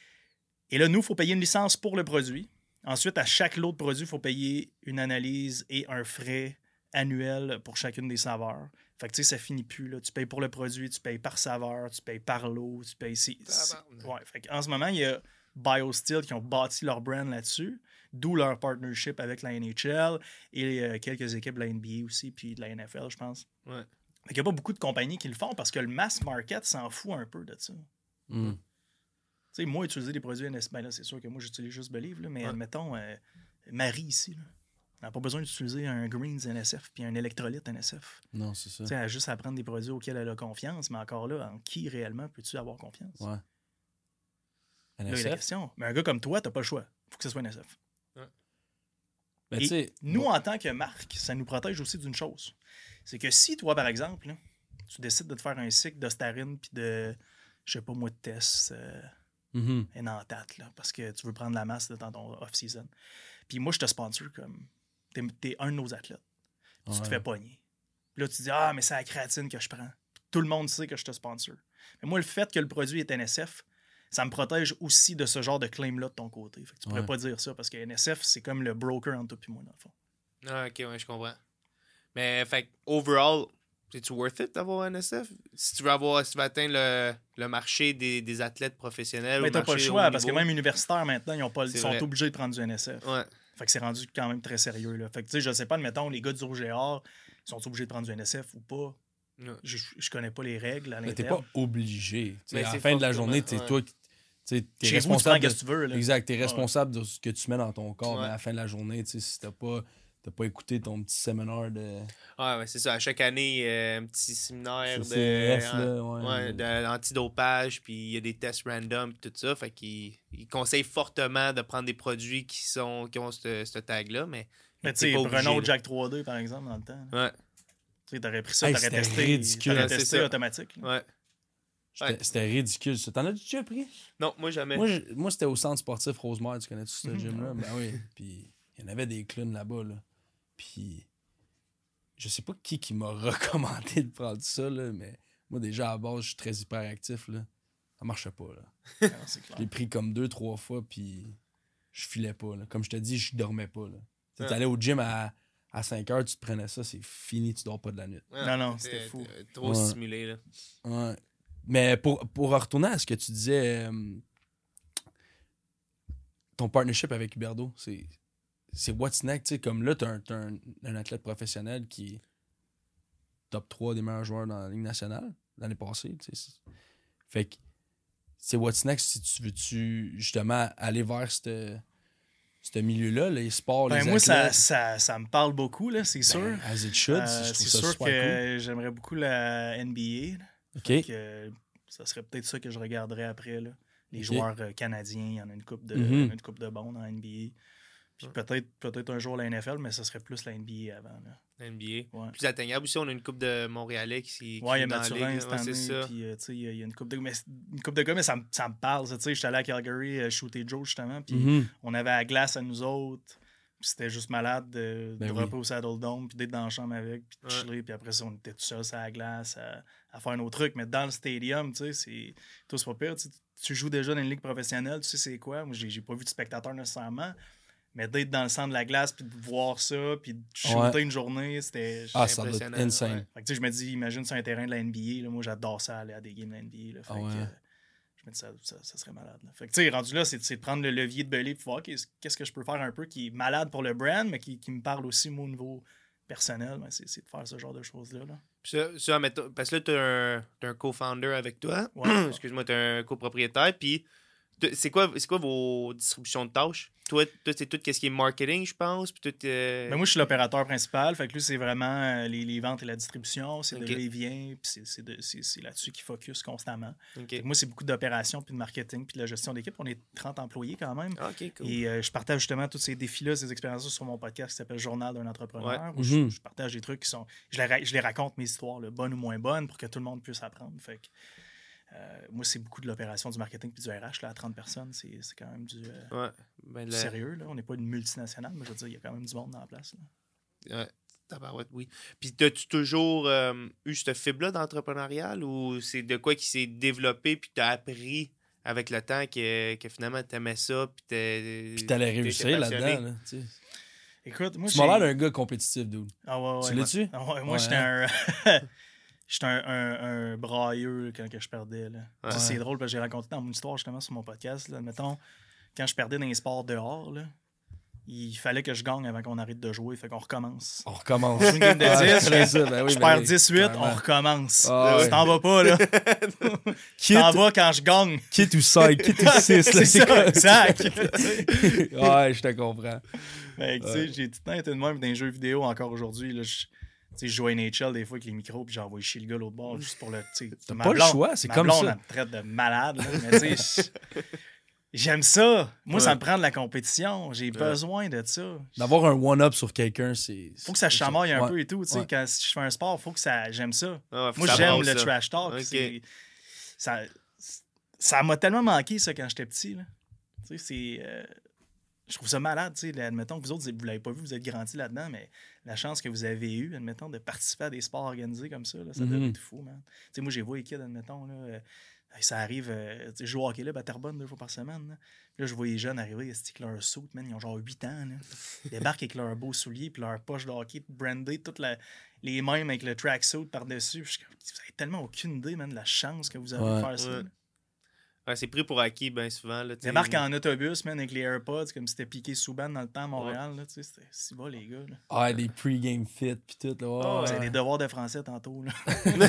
Et là, nous, il faut payer une licence pour le produit. Ensuite, à chaque lot de produit, il faut payer une analyse et un frais annuel pour chacune des saveurs. Fait que tu sais, ça finit plus. Là. Tu payes pour le produit, tu payes par saveur, tu payes par lot, tu payes... Ouais, fait en ce moment, il y a BioSteel qui ont bâti leur brand là-dessus, d'où leur partnership avec la NHL et quelques équipes de la NBA aussi, puis de la NFL, je pense. Ouais. Fait qu'il n'y a pas beaucoup de compagnies qui le font parce que le mass market s'en fout un peu de ça. Tu sais, moi, utiliser des produits NSF, ben là, c'est sûr que moi, j'utilise juste Believe, là, mais admettons, Marie ici, là, elle n'a pas besoin d'utiliser un Greens NSF puis un électrolyte NSF. Non, c'est ça. Tu sais, elle a juste à prendre des produits auxquels elle a confiance, mais encore là, en qui réellement peux-tu avoir confiance? Ouais. Là, il y a la question. Mais un gars comme toi, t'as pas le choix. Faut que ce soit NSF. Ouais. Ben, Et nous, en tant que marque, ça nous protège aussi d'une chose. C'est que si toi, par exemple, là, tu décides de te faire un cycle d'ostarine puis de, je sais pas moi, de tests... énantate, là, parce que tu veux prendre la masse dans ton off-season. Puis moi, je te sponsor comme... T'es un de nos athlètes. Tu te fais pogner. Puis là, tu dis, mais c'est la créatine que je prends. Tout le monde sait que je te sponsor. Mais moi, le fait que le produit est NSF, ça me protège aussi de ce genre de claim-là de ton côté. Fait que tu pourrais pas dire ça, parce que NSF, c'est comme le broker entre toi et moi, dans le fond. Ah, ok, ouais, je comprends. Mais, fait overall, C'est-tu worth it d'avoir un NSF? Si tu veux atteindre le marché des athlètes professionnels. Mais ou t'as pas le marché choix, haut parce que niveau, même universitaires, maintenant, ils C'est sont vrai. obligés de prendre du NSF. Ouais. Fait que c'est rendu quand même très sérieux. Là. Fait que, tu sais, je sais pas, admettons, les gars du Rouge et Or, sont obligés de prendre du NSF ou pas? Ouais. Je connais pas les règles à Mais t'es l'interne. pas obligé. Tu sais, Mais à la c'est fin de la fortement, journée, t'es ouais. toi qui. T'es Chez vous, tu prends responsable. ce que tu veux. Là. Exact, t'es Ouais. responsable de ce que tu mets dans ton corps. Ouais. Mais à la fin de la journée, tu sais, si t'as pas écouté ton petit séminaire de. Ouais, c'est ça. À chaque année, un petit séminaire CCF, là, ouais. d'antidopage, puis il y a des tests random, puis tout ça. Fait qu'ils conseillent fortement de prendre des produits qui ont ce tag-là, mais Mais tu t'es sais, pas obligé, Renault là. Jack 3D, par exemple, dans le temps. Ouais, Tu sais, t'aurais pris ça, Hey, t'aurais c'était testé. ridicule. T'aurais C'est testé ça. automatique. Là. ouais. Ouais. C'était ridicule. Ça. T'en as déjà pris? Non, moi jamais. Moi, c'était au centre sportif Rosemère. Tu connais-tu ce gym-là? Ben oui. Puis il y en avait des clowns là-bas. Là. Puis je sais pas qui m'a recommandé de prendre ça, là, mais moi, déjà, à la base, je suis très hyperactif. Là. Ça marchait pas. Là. Non, c'est clair. Je l'ai pris comme 2-3 fois, puis je filais pas. Là. Comme je te dis, je dormais pas. Là. Tu allais au gym à 5 heures, tu te prenais ça, c'est fini, tu dors pas de la nuit. Ouais, Non, c'était fou. Trop Ouais. stimulé, là. Ouais. Mais pour retourner à ce que tu disais, ton partnership avec Huberdeau, c'est what's next, tu sais, comme là, t'as un athlète professionnel qui est top 3 des meilleurs joueurs dans la Ligue nationale l'année passée, tu sais. Fait que c'est what's next si tu veux-tu justement aller vers ce milieu-là, les sports, Ben, les moi, athlètes. ça me parle beaucoup, là, c'est sûr. Ben, as it should, je trouve C'est ça sûr super que j'aimerais beaucoup la NBA. Là. cool. Fait OK. que, ça serait peut-être ça que je regarderais après. Là. Les Ok. joueurs canadiens, il y en a une coupe de, Mhm. une coupe de bons dans la NBA. Puis peut-être un jour la NFL, mais ça serait plus la NBA avant. Là. NBA. Ouais. Plus atteignable aussi, on a une coupe de Montréalais qui Ouais, il y a est dans la Mathurin ligue. cette Ouais, c'est année. ça. Puis, tu sais, il y a une coupe de gars, mais ça me parle. Tu sais, j'étais allé à Calgary shooter Joe, justement. Puis Mhm. on avait la glace à nous autres. Puis c'était juste malade de Ben dropper oui. au Saddle Dome, puis d'être dans la chambre avec, puis de Ouais. chiller. Puis après ça, on était tout seul sur la glace à faire nos trucs. Mais dans le stadium, tu sais, c'est pas pire. Tu joues déjà dans une ligue professionnelle, tu sais c'est quoi. Moi, j'ai pas vu de spectateurs nécessairement. Mais d'être dans le centre de la glace, puis de voir ça, puis de shooter une journée, c'était... Ah, ça doit être impressionnant, insane. ouais. Fait que, tu sais, je me dis, imagine sur un terrain de la NBA, là, moi j'adore ça, aller à des games de la NBA. Là, fait Ah ouais. que, je me dis, ça serait malade. Là. Fait que, tu sais, rendu là, c'est de prendre le levier de belly et voir qu'est-ce que je peux faire un peu qui est malade pour le brand, mais qui me parle aussi, moi, au niveau personnel. Ben, c'est de faire ce genre de choses-là. Là. Puis ça, mettons, parce que là, t'as un co-founder avec toi. Ouais. Excuse-moi, t'as un copropriétaire. Puis, c'est quoi vos distributions de tâches? Toi c'est tout ce qui est marketing, je pense. Puis tout, Ben, moi, je suis l'opérateur principal. Fait que lui, c'est vraiment les ventes et la distribution. C'est Ok. de là il vient. Puis c'est là-dessus qu'il focus constamment. OK. Fait que moi, c'est beaucoup d'opérations, puis de marketing, puis de la gestion d'équipe. On est 30 employés quand même. Ah, OK, cool. Et je partage justement tous ces défis-là, ces expériences-là sur mon podcast qui s'appelle Journal d'un entrepreneur. Ouais. Où Mhm. je partage des trucs qui sont. Je les raconte mes histoires, là, bonnes ou moins bonnes, pour que tout le monde puisse apprendre. Fait que, moi, c'est beaucoup de l'opération du marketing puis du RH là, à 30 personnes. C'est quand même du Ouais. Ben, sérieux. Là. On n'est pas une multinationale, mais je veux dire, il y a quand même du monde dans la place. Là. Ouais. Tabarouette, oui. Puis, t'as-tu toujours eu cette fibre-là d'entrepreneurial ou c'est de quoi qui s'est développé puis t'as appris avec le temps que finalement t'aimais ça Puis t'allais t'étais réussir passionné? là-dedans. Là, tu sais. Écoute, moi, Tu m'as l'air d'un gars compétitif, dude. Ah ouais, Tu l'es-tu? moi, Ouais, j'étais hein? J'étais un brailleux là, quand que je perdais. Là. Ouais. Ça, c'est drôle parce que j'ai raconté dans mon histoire justement sur mon podcast. Là. Admettons, quand je perdais dans les sports dehors, là, il fallait que je gagne avant qu'on arrête de jouer. Fait qu'on recommence. On recommence. On joue une game de Ouais, 10, c'est ça, ben oui, je ben perds oui, 18, clairement. on recommence. Ah ouais. Tu t'en vas pas, là. Tu Quitte, t'en vas quand je gagne. quitte ou 5, quitte ou 6. C'est ça, exact. Ouais, je te comprends. Fait que, tu sais, j'ai tout le temps été de même dans les jeux vidéo encore aujourd'hui. Là, tu sais, je joue à NHL des fois avec les micros, puis j'envoie chier le gars l'autre bord juste pour le. T'as pas le choix, c'est comme blonde, ça. elle me traite de malade, là, mais tu sais, j'aime ça. Moi, ça me prend de la compétition. J'ai besoin de ça. D'avoir un one-up sur quelqu'un, c'est. Faut que ça chamaille un Ouais. peu et tout. Tu sais, Ouais. quand si je fais un sport, faut que ça. J'aime ça. Ah ouais, faut Moi, que ça j'aime brasse, le ça. trash talk. Ok. Ça m'a tellement manqué, ça, quand j'étais petit. Là. Tu sais, c'est. Je trouve ça malade, tu sais. Admettons que vous autres, vous l'avez pas vu, vous êtes grandis là-dedans, mais la chance que vous avez eue, admettons, de participer à des sports organisés comme ça, là, ça doit être fou, man. Tu sais, moi, j'ai vu les kids, admettons, là, ça arrive, tu sais, je joue au hockey là, à Terrebonne 2 fois par semaine. Là, je vois les jeunes arriver, ils stickent leur suit, man, ils ont genre 8 ans. Là. Ils débarquent avec leurs beaux souliers, puis leur poche de hockey brandée, toute la. les mêmes avec le tracksuit par-dessus. Je suis comme, vous avez tellement aucune idée, man, de la chance que vous avez de faire ça. Ouais. Là. Ouais, c'est pris pour acquis bien souvent. Là, Débarque en autobus, man, avec les AirPods, comme si c'était piqué sous bande dans le temps à Montréal. Là, c'était si bas, les gars. Là. Ah, des pre-game fit, pis tout, là. Oh, Vous avez des devoirs de français tantôt. Là.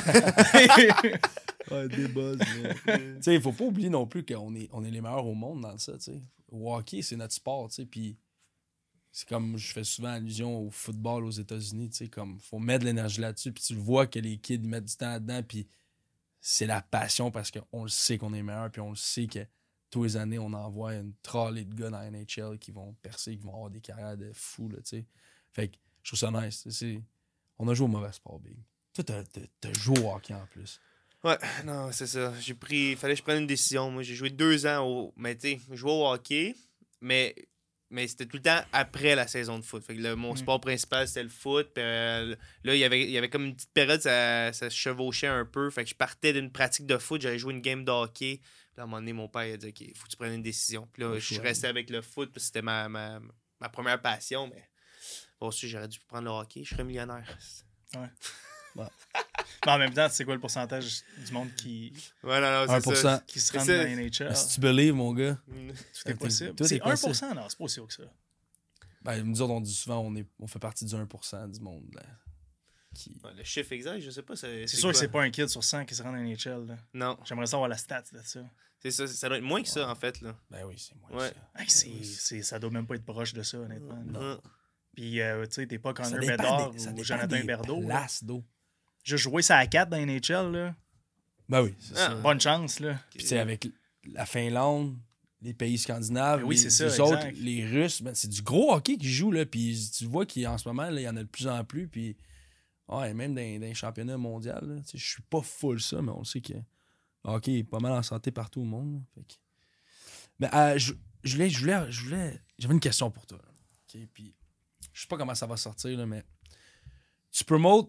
Ouais, des buzz, tu sais, il faut pas oublier non plus qu'on est les meilleurs au monde dans ça, tu sais. Au hockey, c'est notre sport, tu sais, puis c'est comme, je fais souvent allusion au football aux États-Unis, tu sais, comme, faut mettre de l'énergie là-dessus, puis tu le vois que les kids mettent du temps là-dedans, puis c'est la passion parce qu'on le sait qu'on est meilleur, puis on le sait que tous les années, on envoie une trolley de gars dans la NHL qui vont percer, qui vont avoir des carrières de fous, là, tu sais. Fait que je trouve ça nice. On a joué au mauvais sport, Big. Toi, t'as joué au hockey en plus. Ouais, non, c'est ça. Fallait que je prenne une décision. Moi, j'ai joué 2 ans Mais tu sais, je jouais au hockey, mais c'était tout le temps après la saison de foot. Fait que mon sport principal, c'était le foot. Puis, là, il y avait comme une petite période, ça se chevauchait un peu. Fait que je partais d'une pratique de foot, j'allais jouer une game de hockey. Puis à un moment donné, mon père il a dit, OK, il faut que tu prennes une décision. Puis là, je suis resté avec le foot, parce que c'était ma première passion. Mais bon, aussi, j'aurais dû prendre le hockey, je serais millionnaire. Ouais. Mais en même temps, tu sais quoi le pourcentage du monde qui, Ouais, non, c'est 1%. ça. qui se rend C'est dans ça. la NHL? Si tu believe, mon gars. Tout est possible. Tout est C'est possible. 1%? Non, c'est pas aussi haut que ça. Ben, nous autres, on dit souvent on fait partie du 1% du monde. Là, qui... Ouais, le chiffre exact, je sais pas. C'est sûr que c'est pas un kid sur 100 qui se rend dans la NHL. Là. Non, J'aimerais savoir la stat de ça. c'est ça. Ça doit être moins que ça, en fait. Là. Ben oui, c'est moi. Ouais. Hey, ça doit même pas être proche de ça, honnêtement. Non. Puis, tu sais, t'es pas Connor dépend Bedard ça ou dépend Jonathan des Berdo. places d'eau. J'ai joué ça à 4 dans la NHL. Là. Ben oui, c'est Ah. ça. Bonne chance. Là. Puis tu sais, avec la Finlande, les pays scandinaves, Ben oui, c'est ça, les autres, exact. les Russes, ben, c'est du gros hockey qu'ils jouent, là. Puis tu vois qu'en ce moment, là, il y en a de plus en plus. Puis ouais, même dans les championnats mondiaux, là, tu sais, je suis pas full ça, mais on sait que le hockey est pas mal en santé partout au monde. Là. Fait que... Ben, j'avais une question pour toi. Là. OK, puis je sais pas comment ça va sortir, là, mais tu promotes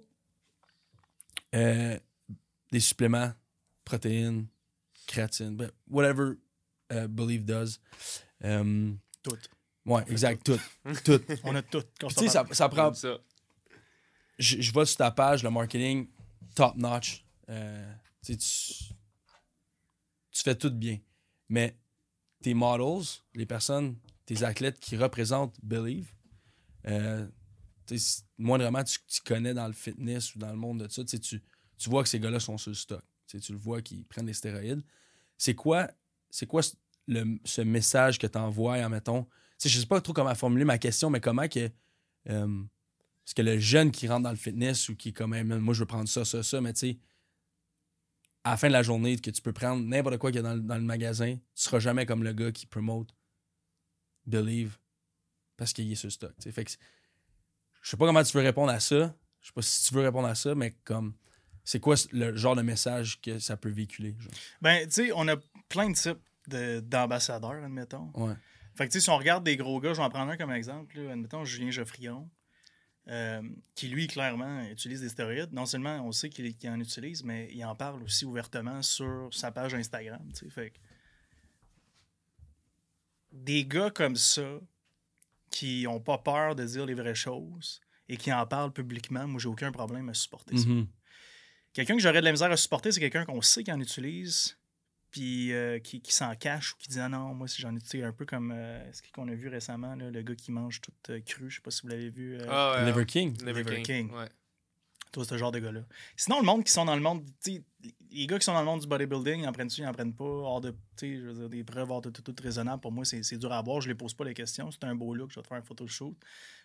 des suppléments, protéines, créatine, ben, whatever Believe does. Tout. Ouais, exact, tout. Tout. On a tout. Puis, tu sais, ça prend. Comme ça. Je vois sur ta page le marketing top notch. Tu fais tout bien. Mais tes models, les personnes, tes athlètes qui représentent Believe, moindrement tu connais dans le fitness ou dans le monde de ça, tu vois que ces gars-là sont sur le stock. Tu le vois qu'ils prennent des stéroïdes. C'est quoi ce message que tu envoies, admettons? Je sais pas trop comment formuler ma question, mais comment que. Parce que le jeune qui rentre dans le fitness ou qui est quand même, moi je veux prendre ça, mais tu sais, à la fin de la journée, que tu peux prendre n'importe quoi qu'il y a dans le magasin, tu seras jamais comme le gars qui promote Believe parce qu'il est sur le stock. T'sais. Fait que je sais pas comment tu veux répondre à ça. Je sais pas si tu veux répondre à ça, mais comme c'est quoi le genre de message que ça peut véhiculer? Genre? Ben, tu sais, on a plein de types d'ambassadeurs, admettons. Ouais. Fait que, tu sais, si on regarde des gros gars, je vais en prendre un comme exemple, là, admettons Julien Geoffrion, qui, lui, clairement, utilise des stéroïdes. Non seulement on sait qu'il en utilise, mais il en parle aussi ouvertement sur sa page Instagram, tu sais. Fait que des gars comme ça, qui ont pas peur de dire les vraies choses et qui en parlent publiquement, moi, j'ai aucun problème à supporter ça. Mm-hmm. Quelqu'un que j'aurais de la misère à supporter, c'est quelqu'un qu'on sait qu'il en utilise, puis qui s'en cache ou qui dit ah non, moi si j'en utilise un peu comme ce qu'on a vu récemment, là, le gars qui mange tout cru, je sais pas si vous l'avez vu. Liver King. Liver King. Ouais. Toi, ce genre de gars-là. Sinon, le monde qui sont dans le monde, les gars qui sont dans le monde du bodybuilding, ils en prennent-tu, ils en prennent pas, hors de, je veux dire, des preuves hors de tout raisonnable. Pour moi, c'est dur à voir, je les pose pas les questions. C'est un beau look, je vais te faire un photoshoot.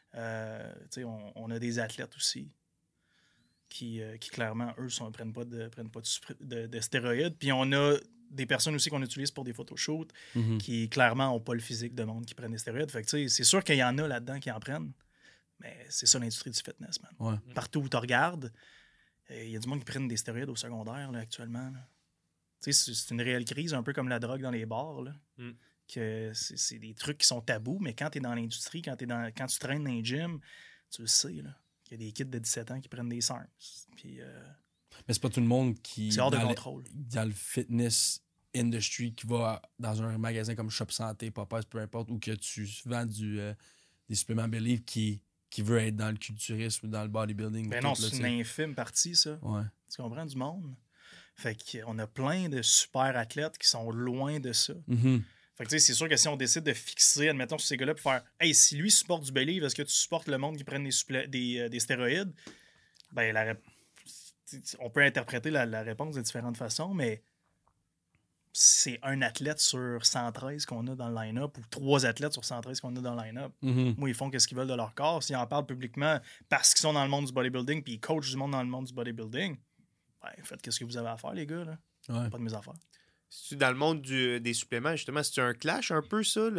On a des athlètes aussi. Qui clairement, eux, prennent pas de stéroïdes. Puis on a des personnes aussi qu'on utilise pour des photoshoots qui, clairement, n'ont pas le physique de monde qui prennent des stéroïdes. Fait que, c'est sûr qu'il y en a là-dedans qui en prennent. Mais c'est ça l'industrie du fitness, man. Ouais. Partout où tu regardes, il y a du monde qui prennent des stéroïdes au secondaire, là, actuellement. Là. C'est une réelle crise, un peu comme la drogue dans les bars. Là. Que c'est des trucs qui sont tabous, mais quand tu es dans l'industrie, quand tu traînes dans les gyms, tu le sais, là. Il y a des kids de 17 ans qui prennent des SARMs. Puis, mais c'est pas tout le monde qui... c'est hors de contrôle. Dans le fitness industry qui va dans un magasin comme Shop Santé, Popeyes, peu importe, ou que tu vends des suppléments Believe qui qui veut être dans le culturisme, dans le bodybuilding. Ben tout, non, là, c'est une infime partie, ça. Ouais. Tu comprends, du monde? Fait qu'on a plein de super athlètes qui sont loin de ça. Mhm. Fait que tu sais, c'est sûr que si on décide de fixer, admettons, sur ces gars-là, puis faire « Hey, si lui supporte du Believe, est-ce que tu supportes le monde qui prenne des stéroïdes? » Ben, on peut interpréter la réponse de différentes façons, mais c'est un athlète sur 113 qu'on a dans le line-up ou 3 athlètes sur 113 qu'on a dans le line-up. Mhm. Moi, ils font ce qu'ils veulent de leur corps. S'ils en parlent publiquement parce qu'ils sont dans le monde du bodybuilding puis ils coachent du monde dans le monde du bodybuilding, ben, faites ce que vous avez à faire, les gars. Là. Ouais. Pas de mes affaires. C'est-tu dans le monde des suppléments, justement, c'est-tu un clash un peu, ça,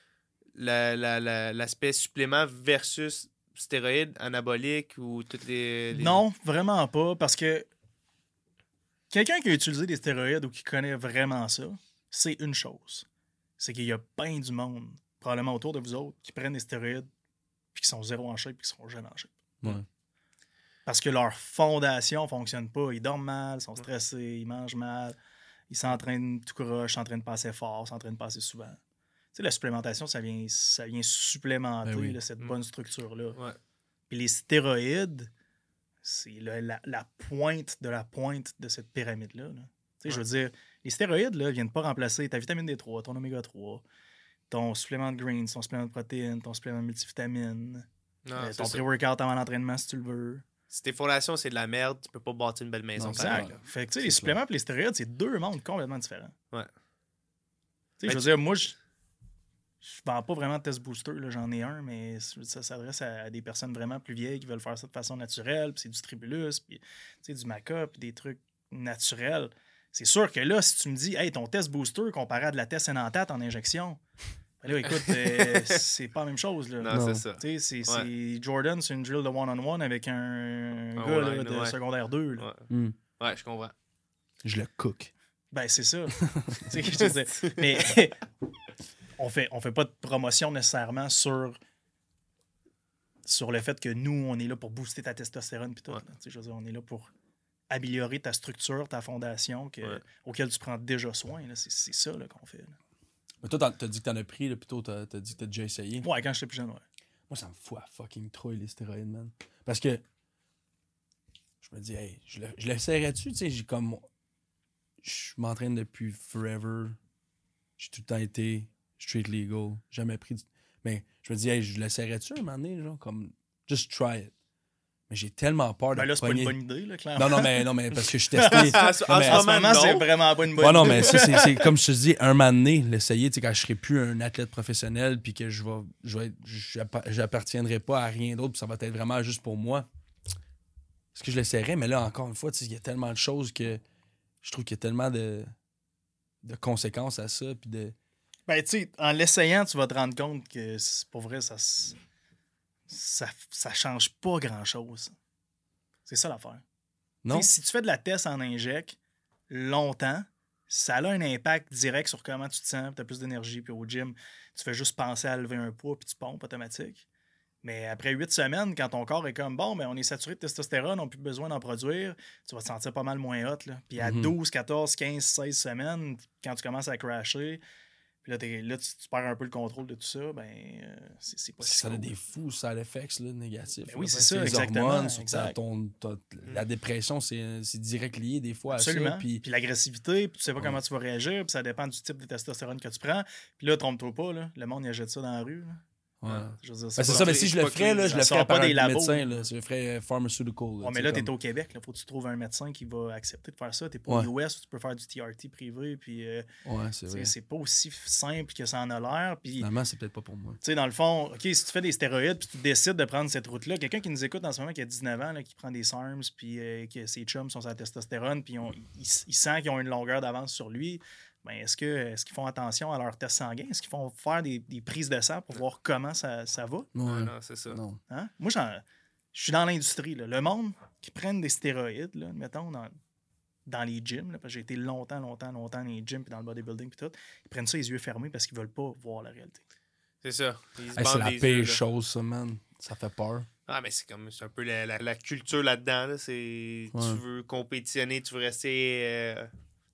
l'aspect supplément versus stéroïdes anaboliques ou toutes les... Non, vraiment pas, parce que quelqu'un qui a utilisé des stéroïdes ou qui connaît vraiment ça, c'est une chose. C'est qu'il y a bien du monde, probablement autour de vous autres, qui prennent des stéroïdes puis qui sont zéro en shape puis qui seront jamais en shape. Ouais. Parce que leur fondation ne fonctionne pas. Ils dorment mal, ils sont stressés, ils mangent mal, ils s'entraînent tout croche, s'entraînent pas assez fort, s'entraînent pas assez souvent. Tu sais, la supplémentation, ça vient supplémenter Ben oui. là, cette bonne structure-là. Ouais. Puis les stéroïdes, c'est la pointe de cette pyramide-là. Là. Tu sais, je veux dire, les stéroïdes ne viennent pas remplacer ta vitamine D3, ton oméga 3, ton supplément de greens, ton supplément de protéines, ton supplément de multivitamines, Non, ton c'est ça. pré-workout avant l'entraînement si tu le veux. Si tes fondations, c'est de la merde, tu peux pas bâtir une belle maison. Non, pareil, Exact. là. Fait que, tu sais, C'est les ça. suppléments et les stéroïdes, c'est deux mondes complètement différents. Ouais. Tu sais, Ben, je veux dire, moi, je vends pas vraiment de test booster. Là, j'en ai un, mais ça s'adresse à des personnes vraiment plus vieilles qui veulent faire ça de façon naturelle. Puis c'est du tribulus, puis tu sais, du maca, puis des trucs naturels. C'est sûr que là, si tu me dis, hey, ton test booster comparé à de la test énantate en injection, ben là, écoute, c'est pas la même chose. Là. Non, Non. c'est ça. Tu sais, c'est Ouais. Jordan, c'est une drill de one-on-one avec un gars là, online, de ouais. secondaire 2. Là. Ouais. Mm. Ouais, je comprends. Je le cook. Ben, c'est ça. Tu sais, je veux dire, mais on fait pas de promotion nécessairement sur le fait que nous, on est là pour booster ta testostérone puis tout. Ouais. Là. Tu sais, je veux dire, on est là pour améliorer ta structure, ta fondation auquel tu prends déjà soin. Là. C'est ça là, qu'on fait. Là. Mais toi, t'as dit que t'en as pris, là, plutôt t'as dit que t'as déjà essayé. Ouais, quand j'étais plus jeune, ouais. Moi, ça me fout à fucking trouille, les stéroïdes, man. Parce que je me dis, hey, je l'essayerais-tu? Tu sais, j'ai comme... Je m'entraîne depuis forever. J'ai tout le temps été street legal. Jamais pris... Mais je me dis, hey, je l'essayerais-tu un moment donné, genre, comme... Just try it. Mais j'ai tellement peur de Ben là, c'est pas une pogner. bonne idée, là, clairement. Non, mais parce que je suis testé. En Non, mais En ce moment, non. c'est vraiment pas une bonne Ouais, non, idée. mais ça, c'est comme je te dis, un moment donné, l'essayer, tu sais, quand je serai plus un athlète professionnel, puis que j'appartiendrai pas à rien d'autre, puis ça va être vraiment juste pour moi. Est-ce que je l'essayerais? Mais là, encore une fois, tu sais, il y a tellement de choses que je trouve qu'il y a tellement de conséquences à ça, puis de... Ben, tu sais, en l'essayant, tu vas te rendre compte que, pour vrai, ça change pas grand-chose. C'est ça l'affaire. Non? T'sais, si tu fais de la test en inject longtemps, ça a un impact direct sur comment tu te sens, tu as plus d'énergie, puis au gym, tu fais juste penser à lever un poids, puis tu pompes automatique. Mais après 8 semaines, quand ton corps est comme, bon, ben on est saturé de testostérone, on n'a plus besoin d'en produire, tu vas te sentir pas mal moins hot. Là. Puis à 12, 14, 15, 16 semaines, quand tu commences à crasher, puis là, tu perds un peu le contrôle de tout ça, ben c'est pas si Ça a cool. des fous side effects là, négatifs. Ben oui, là. c'est ça, les exactement, hormones, sur exact. la dépression, c'est direct lié des fois à Absolument. ça. Puis Puis l'agressivité, puis tu sais pas Ouais. comment tu vas réagir, puis ça dépend du type de testostérone que tu prends. Puis là, trompe-toi pas, là, le monde, il achète ça dans la rue. Là. ouais. Je veux dire, Ben, c'est pas- ça, mais si je le pas ferais, là, clean, je ça le sort ferais pas par des un labos. médecin. Là. Je le ferais pharmaceutical. Là, Ouais, mais là, t'es au Québec, là, faut que tu trouves un médecin qui va accepter de faire ça. T'es pas aux US où tu peux faire du TRT privé, puis Ouais, c'est tu vrai. sais, c'est pas aussi simple que ça en a l'air. Puis, tu Finalement, c'est peut-être pas pour moi. sais, dans le fond, OK, si tu fais des stéroïdes, puis tu décides de prendre cette route-là, quelqu'un qui nous écoute en ce moment qui a 19 ans, là, qui prend des SARMs, puis que ses chums sont sur la testostérone, puis il sent qu'ils ont une longueur d'avance sur lui, ben, est-ce qu'ils font attention à leur test sanguin? Est-ce qu'ils font faire des prises de sang pour voir comment ça va? Ouais. Non, c'est ça. Non. Hein? Moi, je suis dans l'industrie. Là. Le monde qui prennent des stéroïdes, là, mettons, dans les gyms, là, parce que j'ai été longtemps dans les gyms puis dans le bodybuilding puis tout, ils prennent ça les yeux fermés parce qu'ils veulent pas voir la réalité. C'est ça. Ils se Hey, c'est bandent la les pire yeux, là. chose, ça, man. Ça fait peur. Ah, mais c'est un peu la culture là-dedans. Là. Ouais. Tu veux compétitionner, tu veux rester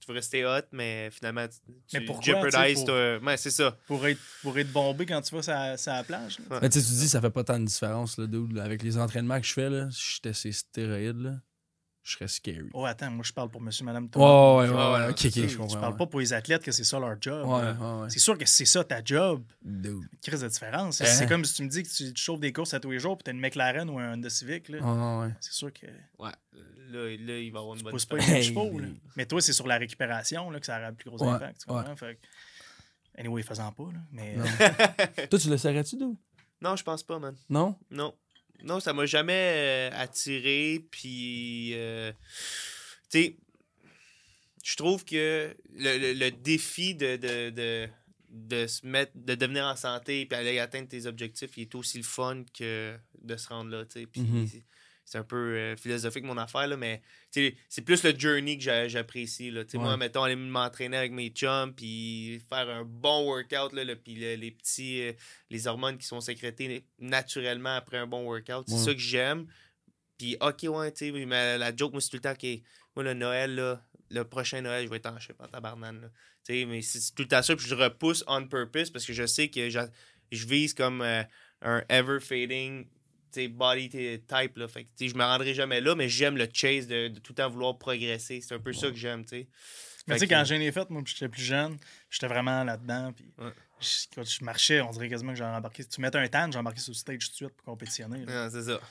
veux rester hot, mais finalement, Mais tu pourquoi, jeopardises. tu sais, Ouais, c'est ça. Pour être bombé quand tu vas sur la plage. Là. Ouais. Mais tu sais, tu dis, ça fait pas tant de différence, là, dude, là. Avec les entraînements que je fais, là, si j'étais ces stéroïdes, là, je serais scary. Oh, attends, moi, je parle pour monsieur, madame, tout Ouais, le monde. ouais, Ouais, ouais, ouais, ok, c'est ok, ça. je comprends. Je parle ouais. pas pour les athlètes que c'est ça leur job. Ouais, ouais, ouais. C'est sûr que c'est ça ta job. Dude. Crise de différence. Hein? C'est comme si tu me dis que tu chauffes des courses à tous les jours puis t'as une McLaren ou un Honda Civic. Là. Ouais, ouais. C'est sûr que Ouais. Là, il va avoir une tu bonne pousses pas différence. les mêmes chevaux. Là. Mais toi, c'est sur la récupération là, que ça aura le plus gros Ouais, impact. Tu comprends? Fait que- anyway, faisant pas. Là. Mais Non. Toi, tu l'essaierais-tu, dude? Non, je pense pas, man. Non? Non. Non, ça m'a jamais attiré. Puis, tu sais, je trouve que le défi de se mettre, de devenir en santé puis aller atteindre tes objectifs, il est aussi le fun que de se rendre là, tu sais. Puis Mhm. c'est un peu philosophique mon affaire, là, mais tu sais, c'est plus le journey que j'apprécie, là. Tu sais, Ouais. moi, mettons, aller m'entraîner avec mes chums puis faire un bon workout, là, puis les petits, les hormones qui sont sécrétées naturellement après un bon workout, c'est Ouais. ça que j'aime. Puis, ok, ouais, tu sais, mais la joke, moi, c'est tout le temps que moi, le Noël, là, le prochain Noël, je vais être en shape en tabarnane. Là. Tu sais, mais c'est tout le temps ça, puis je repousse on purpose parce que je sais que je vise comme un ever fading body type. Là. Fait que, je me rendrai jamais là, mais j'aime le chase de tout le temps vouloir progresser. C'est un peu ça que j'aime. T'sais. Mais tu Fait sais, que- quand j'en ai fait, moi, puis j'étais plus jeune, j'étais vraiment là-dedans. Puis Ouais. quand je marchais, on dirait quasiment que j'en embarqué. Si tu mettais un tan, j'ai embarqué sur le stage tout de suite pour compétitionner. là. Ah, c'est ça.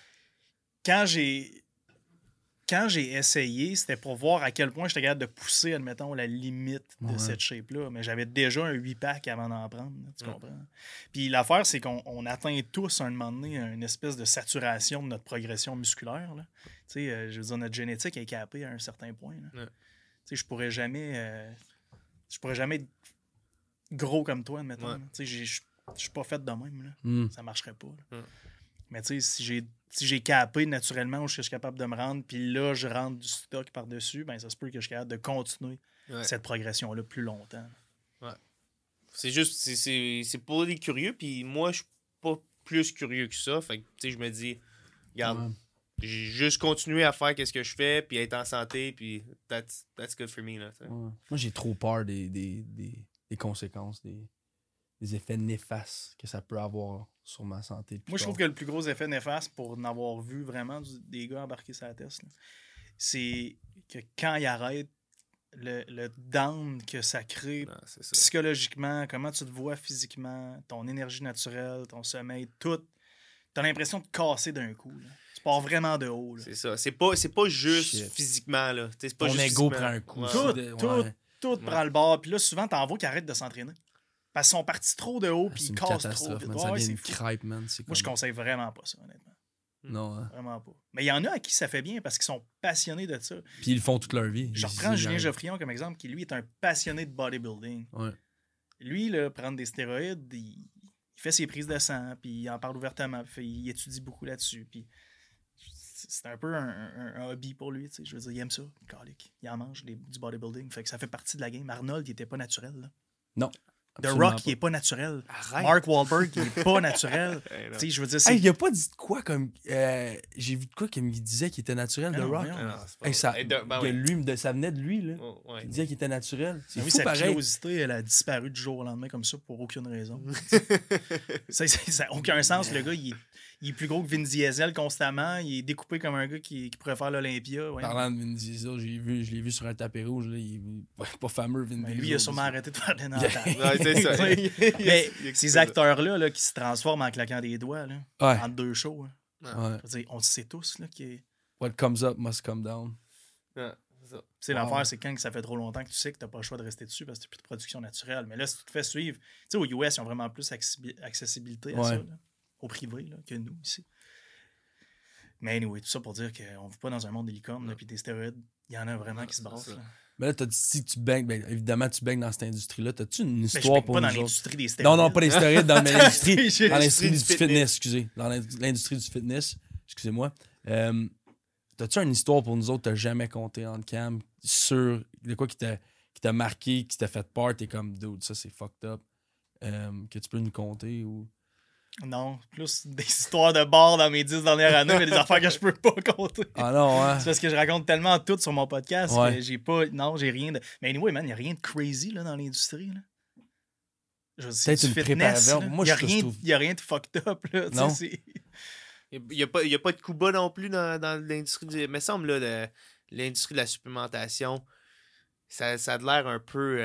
Quand j'ai essayé, c'était pour voir à quel point j'étais capable de pousser, admettons, la limite de Ouais. cette shape-là. Mais j'avais déjà un 8-pack avant d'en prendre. Là, tu Ouais. comprends? Puis l'affaire, c'est qu'on atteint tous, à un moment donné, une espèce de saturation de notre progression musculaire. Là. Tu sais, je veux dire, notre génétique est capée à un certain point. Là. Ouais. Tu sais, je pourrais jamais être gros comme toi, admettons. Ouais. là. Tu sais, je suis pas fait de même. Là. Hmm. Ça marcherait pas. là. Ouais. Mais tu sais, si j'ai capé naturellement où je suis capable de me rendre, puis là, je rentre du stock par-dessus, ben ça se peut que je suis capable de continuer Ouais. cette progression-là plus longtemps. C'est juste, c'est pour les curieux, puis moi, je suis pas plus curieux que ça. Fait que, tu sais, je me dis, regarde, Ouais. j'ai juste continué à faire qu'est-ce que je fais, puis être en santé, puis that's good for me, là, tu sais. Ouais. Moi, j'ai trop peur des conséquences, des effets néfastes que ça peut avoir sur ma santé. plus Moi, je trouve tard. que le plus gros effet néfaste pour en avoir vu vraiment des gars embarquer sur la test, là, c'est que quand ils arrêtent, le down que ça crée Non, c'est ça. psychologiquement, comment tu te vois physiquement, ton énergie naturelle, ton sommeil, tout, t'as l'impression de casser d'un coup. Là. Tu pars vraiment de haut. Là. C'est ça. C'est pas juste Shit. physiquement, là. Tu sais, c'est pas Ton juste ego physiquement. prend un coup. Ouais. Tout, de- tout, ouais. tout prend le bord. Puis là, souvent, t'en vois qui arrêtent de s'entraîner. Parce qu'ils sont partis trop de haut, puis C'est ils une cassent trop catastrophe, vite. man. Ouais, Ça ouais, devient c'est une fou. crêpe, man. C'est Moi, je comme- conseille vraiment pas ça, honnêtement. Non, hein. Vraiment pas. Mais il y en a à qui ça fait bien parce qu'ils sont passionnés de ça. Puis ils le font toute leur vie. Je reprends Julien Geoffrion comme exemple, qui lui est un passionné de bodybuilding. Ouais. Lui, là, prendre des stéroïdes, il fait ses prises de sang, puis il en parle ouvertement, puis il étudie beaucoup là-dessus. Puis c'est un peu un hobby pour lui, tu sais. Je veux dire, il aime ça, calique. Il en mange du bodybuilding. Fait que ça fait partie de la game. Arnold, il était pas naturel, là. Non. The absolument Rock, pas. il est pas naturel. Arrête. Mark Wahlberg, il est pas naturel. Hey, non. Tu sais, je veux dire, Hey, il a pas dit de quoi comme. J'ai vu de quoi qu'il me disait qu'il était naturel, Mais The non, Rock. voyons. Ah, non, c'est pas Hey, ça, vrai. Ben que oui. lui, ça venait de lui, là. Oh, ouais. Il disait qu'il était naturel. C'est Oui, fou sa pareil. pilosité, elle a disparu du jour au lendemain comme ça pour aucune raison. Ça n'a aucun sens. Le gars, il est plus gros que Vin Diesel constamment. Il est découpé comme un gars qui pourrait faire l'Olympia. Ouais. Parlant de Vin Diesel, je l'ai vu sur un tapis rouge. Là, il est pas fameux, Vin Mais Diesel. lui, il a sûrement arrêté de faire des nantages. Ouais, c'est ça. Mais Il ces explique acteurs-là là, qui se transforment en claquant des doigts là, Ouais. entre deux shows, hein. Ouais. Je veux dire, on le sait tous. Là, What comes up must come down. ça. Ouais, c'est ça. C'est Wow. l'affaire, c'est quand que ça fait trop longtemps que tu sais que tu n'as pas le choix de rester dessus parce que tu n'as plus de production naturelle. Mais là, si tu te fais suivre, tu sais, aux US, ils ont vraiment plus accessibilité à Ouais. ça, là, au privé, là, que nous ici. Mais anyway, tout ça pour dire qu'on ne vit pas dans un monde des licornes, là, puis des stéroïdes, il y en a vraiment qui se c'est brassent. ça. Là. Mais là, t'as dit si tu baignes, ben, évidemment, tu baignes dans cette industrie-là. T'as-tu une Mais je histoire ne pour pas nous dans autres? l'industrie des stéroïdes. Non, non, pas les stéroïdes, dans l'industrie, J'ai- dans l'industrie du fitness. fitness, excusez. Dans l'industrie du fitness, excusez-moi. T'as-tu une histoire pour nous autres que t'as jamais compté en cam sur de quoi qui t'a marqué, qui t'a fait peur, t'es comme, dude, ça c'est fucked up, que tu peux nous compter ou... Non, plus des histoires de bars dans mes 10 dernières années, mais des affaires que je peux pas compter. Ah non, hein? C'est parce que je raconte tellement tout sur mon podcast Ouais. que j'ai pas. Non, j'ai rien de. Mais anyway, man, il n'y a rien de crazy là, dans l'industrie. Là. Je veux dire, c'est Peut-être du une fitness. préparation. Là. Moi, Il n'y a, je rien- trouve- y a rien de fucked up. Là, tu sais, Non. c'est- Il n'y a pas de coup bas non plus dans l'industrie du. Me semble, là, l'industrie de la supplémentation, ça a de l'air un peu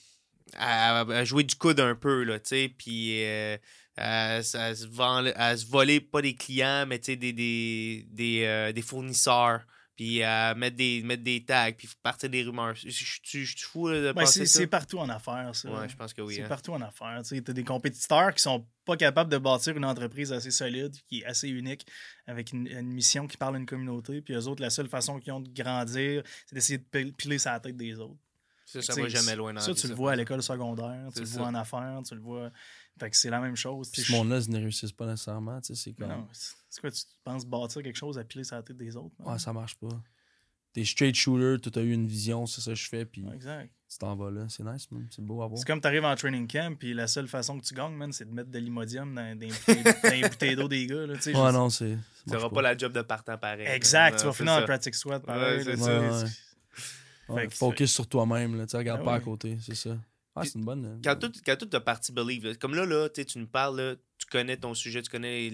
à jouer du coude un peu, là, tu sais, puis à se voler, pas des clients, mais tu sais, des fournisseurs, puis à mettre des tags, puis partir des rumeurs. Je suis fou là, de Ben, penser ça. c'est partout en affaires, ça. Ouais, je pense que oui. C'est Hein. partout en affaires. Tu as des compétiteurs qui sont pas capables de bâtir une entreprise assez solide, qui est assez unique, avec une mission qui parle à une communauté. Puis eux autres, la seule façon qu'ils ont de grandir, c'est d'essayer de piler sur la tête des autres. Ça Fait que, va tu sais, jamais loin dans la ça, vie, tu le ça, vois à je pense. l'école secondaire, tu C'est le ça. vois en affaires, tu le vois. Fait que c'est la même chose. Puis Tu sais, ce monde-là, ils ne réussissent pas nécessairement. Tu sais, c'est comme. non, c'est quoi, tu penses bâtir quelque chose à piler sur la tête des autres? man? Ouais, ça marche pas. T'es straight shooter, tu as eu une vision, c'est ça que je fais, puis Ouais, exact. tu t'en vas là. C'est nice, man. C'est beau à voir. C'est comme t'arrives en training camp, puis la seule façon que tu gagnes, man, c'est de mettre de l'imodium dans les bouteilles d'eau des gars. Là, tu sais, Ouais, je- non, c'est. Tu n'auras pas la job de partant pareil. Exact, là. tu vas Non, finir c'est en ça. practice sweat. Pareil, Ouais, là, c'est tu ça. sais, Ouais, ouais. Fait que- Focus sur toi-même, là. Tu regardes Ah pas à ouais. côté, c'est ça. Ah, Puis, c'est une bonne. Quand tout t'as parti Believe, là, comme là, tu sais, tu nous parles, là, tu connais ton sujet, tu connais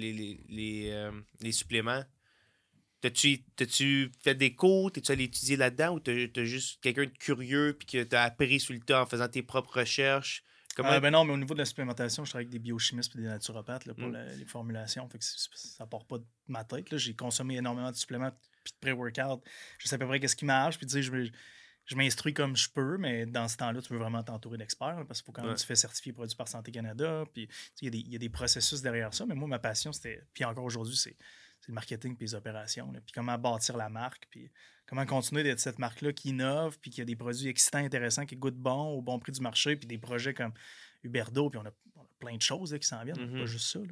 les suppléments. T'as-tu fait des cours, t'es-tu allé étudier là-dedans ou t'as juste quelqu'un de curieux puis que t'as appris sur le tas en faisant tes propres recherches? Comment... Ben non, mais au niveau de la supplémentation, je travaille avec des biochimistes et des naturopathes là, pour Mm. les formulations. Fait que ça part pas de ma tête. Là. J'ai consommé énormément de suppléments puis de pré-workout. Je sais à peu près qu'est-ce qui marche. Puis tu sais, je m'instruis comme je peux, mais dans ce temps-là, tu veux vraiment t'entourer d'experts là, parce qu'il faut quand même Ouais. que tu fais certifier produit par Santé Canada. Puis tu sais, il y a des processus derrière ça. Mais moi, ma passion, c'était. Puis encore aujourd'hui, c'est le marketing puis les opérations. Là. Puis comment bâtir la marque. Puis comment continuer d'être cette marque-là qui innove, puis qui a des produits excitants, intéressants, qui goûtent bon, au bon prix du marché, puis des projets comme Huberdo, puis on a plein de choses là, qui s'en viennent, Mhm. pas juste ça. Là.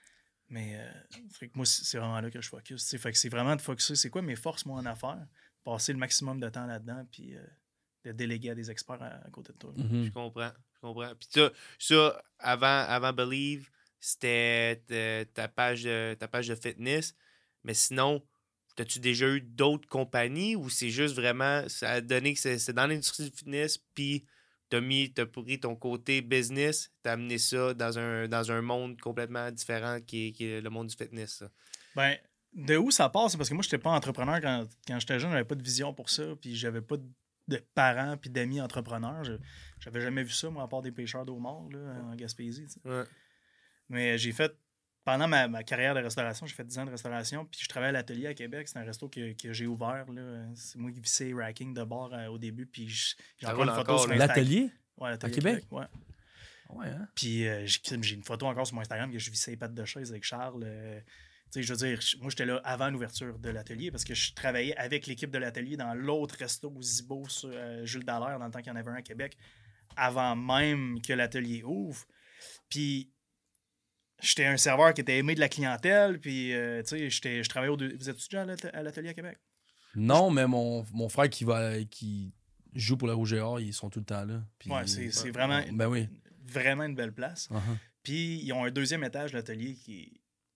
Mais fait que moi, c'est vraiment là que je focus. T'sais. Fait que c'est vraiment de focuser, c'est quoi mes forces, moi, en affaires, passer le maximum de temps là-dedans, puis de déléguer à des experts à côté de toi. Mhm. Je comprends. Puis ça avant Believe, c'était ta page de fitness. Mais sinon, as-tu déjà eu d'autres compagnies ou c'est juste vraiment, ça a donné que c'est dans l'industrie du fitness, puis t'as pris ton côté business, t'as amené ça dans un monde complètement différent qui est le monde du fitness. Ça. Ben, de où ça part, c'est parce que moi, je n'étais pas entrepreneur quand j'étais jeune, j'avais pas de vision pour ça, puis j'avais pas de parents puis d'amis entrepreneurs. J'avais jamais vu ça, moi, à part des pêcheurs d'eau morts là, en Gaspésie. Tu sais. Ouais. Mais j'ai fait, pendant ma carrière de restauration, j'ai fait 10 ans de restauration, puis je travaillais à l'atelier à Québec. C'est un resto que j'ai ouvert. Là. C'est moi qui vissais racking de bord au début, puis j'ai Ça encore une roule photo encore, sur là. Instagram. L'atelier? Ouais, l'atelier à Québec? Ouais. Ouais, hein? Puis j'ai une photo encore sur mon Instagram que je vissais les pattes de chaise avec Charles. Tu sais, je veux dire, moi, j'étais là avant l'ouverture de l'atelier parce que je travaillais avec l'équipe de l'atelier dans l'autre resto au Zibo sur Jules Dallaire dans le temps qu'il y en avait un à Québec, avant même que l'atelier ouvre. Puis j'étais un serveur qui était aimé de la clientèle. Puis, tu sais, je travaillais Vous êtes-tu déjà à l'atelier à Québec? Non, mais mon frère qui joue pour le Rouge et Or, ils sont tout le temps là. Puis, Ouais, c'est vraiment, Ben oui. vraiment une belle place. Uh-huh. Puis ils ont un deuxième étage, l'atelier, qui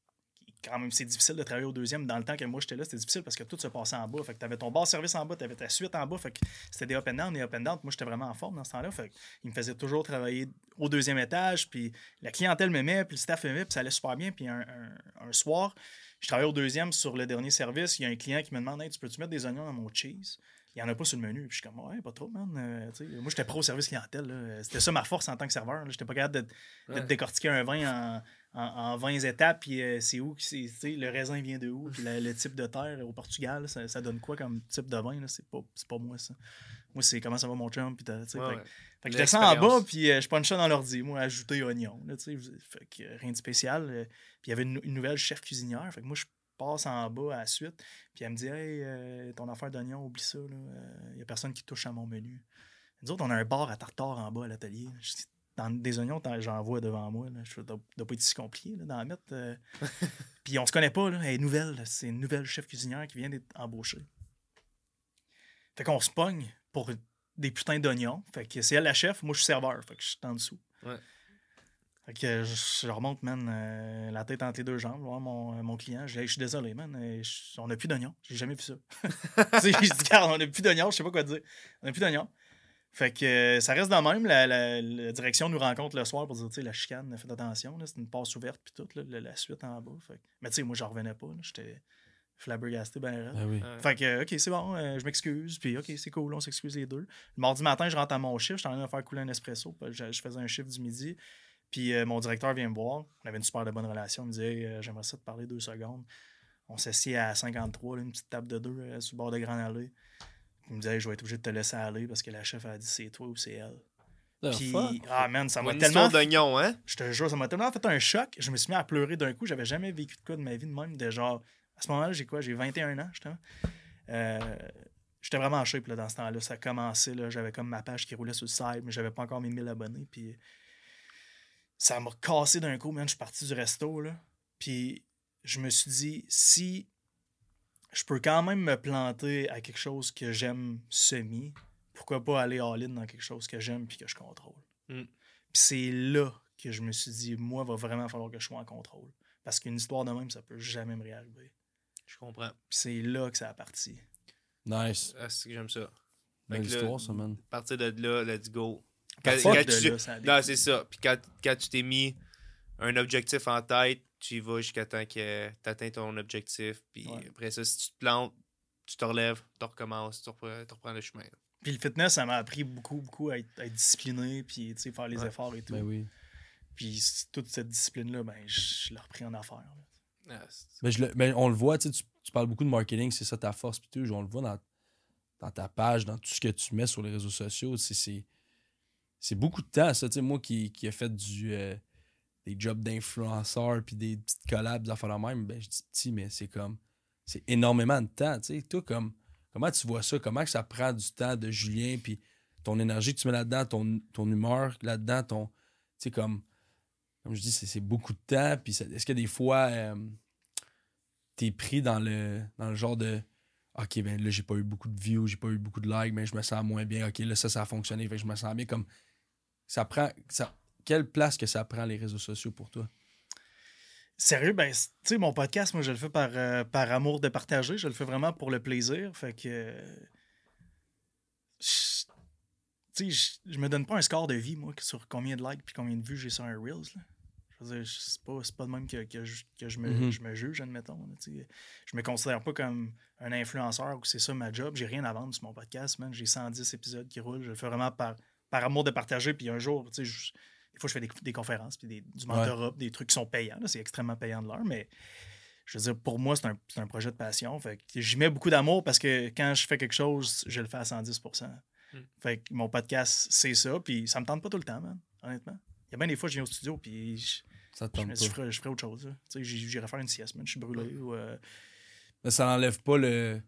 quand même, c'est difficile de travailler au deuxième. Dans le temps que moi j'étais là, c'était difficile parce que tout se passait en bas. Fait que t'avais ton bar service en bas, t'avais ta suite en bas. Fait que c'était des up and down, des up and down. Moi, j'étais vraiment en forme dans ce temps-là. Fait que il me faisait toujours travailler au deuxième étage. Puis la clientèle m'aimait, puis le staff m'aimait, puis ça allait super bien. Puis un soir, je travaillais au deuxième sur le dernier service. Il y a un client qui me demande hey, tu peux-tu mettre des oignons dans mon cheese? Il n'y en a pas sur le menu. Puis je suis comme, ouais, pas trop, man. Moi, j'étais pro service clientèle. Là. C'était ça ma force en tant que serveur. Je n'étais pas capable de décortiquer un vin en 20 étapes. Puis c'est où, le raisin vient de où? Puis le type de terre au Portugal, ça donne quoi comme type de vin? Là? C'est pas moi, ça. Moi, c'est comment ça va mon chum? Puis fait que je descends en bas, puis je punch ça dans l'ordi. Moi, ajouter oignon. Là, fait que rien de spécial. Puis il y avait une nouvelle chef cuisinière. Fait que moi, je passe en bas à la suite, puis elle me dit hey, ton affaire d'oignon, oublie ça, il n'y a personne qui touche à mon menu. Nous autres, on a un bar à tartare en bas à l'atelier. Dans des oignons, j'en vois devant moi. Là. Je ne dois pas être si compliqué là, d'en mettre. Puis on se connaît pas, là. Elle est nouvelle. Là. C'est une nouvelle chef cuisinière qui vient d'être embauchée. Fait qu'on se pogne pour des putains d'oignons. Fait que c'est elle la chef, moi je suis serveur. Fait que je suis en dessous. Ouais. Fait que je remonte, man, la tête entre les deux jambes, voir mon client. Je dis, hey, je suis désolé, man, on n'a plus d'oignons. J'ai jamais vu ça. Je dis, regarde, on n'a plus d'oignons, je sais pas quoi dire. On n'a plus d'oignons. Fait que ça reste dans même. La direction nous rencontre le soir pour dire, tu sais, la chicane, faites attention, là, c'est une passe ouverte, puis tout, là, la suite en bas. Fait que... Mais tu sais, moi, j'en revenais pas, là, j'étais flabbergasté, ben raide. Ah oui. Fait que, OK, c'est bon, je m'excuse, puis OK, c'est cool, on s'excuse les deux. Le mardi matin, je rentre à mon chiffre, j'étais en train de faire couler un espresso, je faisais un chiffre du midi, puis mon directeur vient me voir, on avait une super de bonne relation, il me dit, hey, j'aimerais ça te parler 2 secondes. On s'assied à 53, là, une petite table de 2 sur le bord de Grande Allée. Il me dit, hey, je vais être obligé de te laisser aller parce que la chef a dit, c'est toi ou c'est elle. Puis, ah man, ça m'a tellement. d'oignon, hein? Je te jure, ça m'a tellement fait un choc. Je me suis mis à pleurer d'un coup. J'avais jamais vécu de quoi de ma vie de même. De genre, à ce moment-là, j'ai quoi? J'ai 21 ans, justement. J'étais vraiment en shape là, dans ce temps-là. Ça a commencé. Là, j'avais comme ma page qui roulait sur le site, mais j'avais pas encore mes 1000 abonnés. Puis ça m'a cassé d'un coup, man. Je suis parti du resto. Là. Puis je me suis dit, si je peux quand même me planter à quelque chose que j'aime semi, pourquoi pas aller all-in dans quelque chose que j'aime puis que je contrôle. Puis c'est là que je me suis dit, moi, il va vraiment falloir que je sois en contrôle. Parce qu'une histoire de même, ça peut jamais me réarriver. Je comprends. Puis c'est là que ça a parti. Nice. Ah, c'est que j'aime ça. Belle histoire, ça, man. À partir de là, let's go. Non, c'est ça. Puis quand tu t'es mis un objectif en tête, tu y vas jusqu'à temps que tu atteins ton objectif. Puis après ça, si tu te plantes, tu te relèves, tu recommences, tu reprends le chemin. Puis le fitness, ça m'a appris beaucoup à être discipliné, puis faire les efforts et tout. Ben oui. Puis toute cette discipline-là, ben, je l'ai repris en affaires. Mais on le voit, tu parles beaucoup de marketing, c'est ça ta force, puis tout. On le voit dans ta page, dans tout ce que tu mets sur les réseaux sociaux. C'est beaucoup de temps, ça. Moi qui ai fait des jobs d'influenceur, puis des petites collabs, des affaires de même, ben, je dis petit, mais c'est énormément de temps. Toi, comment tu vois ça? Comment que ça prend du temps de Julien, puis ton énergie que tu mets là-dedans, ton humeur là-dedans, comme je dis, c'est beaucoup de temps. Puis est-ce que des fois, t'es pris dans le genre de OK, ben là, j'ai pas eu beaucoup de views, j'ai pas eu beaucoup de likes, mais je me sens moins bien. OK, là, ça a fonctionné, fait que je me sens bien. Comme quelle place que ça prend, les réseaux sociaux, pour toi? Sérieux, ben, tu sais, mon podcast, moi, je le fais par amour de partager. Je le fais vraiment pour le plaisir. Fait que. Tu sais, je me donne pas un score de vie, moi, sur combien de likes puis combien de vues j'ai sur un Reels. Là. Je veux dire, c'est pas de même que je me juge, admettons. Là, je me considère pas comme un influenceur ou que c'est ça ma job. J'ai rien à vendre sur mon podcast, man. J'ai 110 épisodes qui roulent. Je le fais vraiment par amour de partager. Puis un jour, tu sais, des fois, je fais des conférences puis du mentorat, des trucs qui sont payants. Là, c'est extrêmement payant de l'heure, mais je veux dire, pour moi, c'est un projet de passion. Fait que j'y mets beaucoup d'amour parce que quand je fais quelque chose, je le fais à 110%. Fait que mon podcast, c'est ça. Puis ça me tente pas tout le temps, man, honnêtement. Il y a bien des fois, je viens au studio puis je ferais autre chose. Tu sais, j'irais faire une sieste, man. Je suis brûlé. Mais ça n'enlève pas le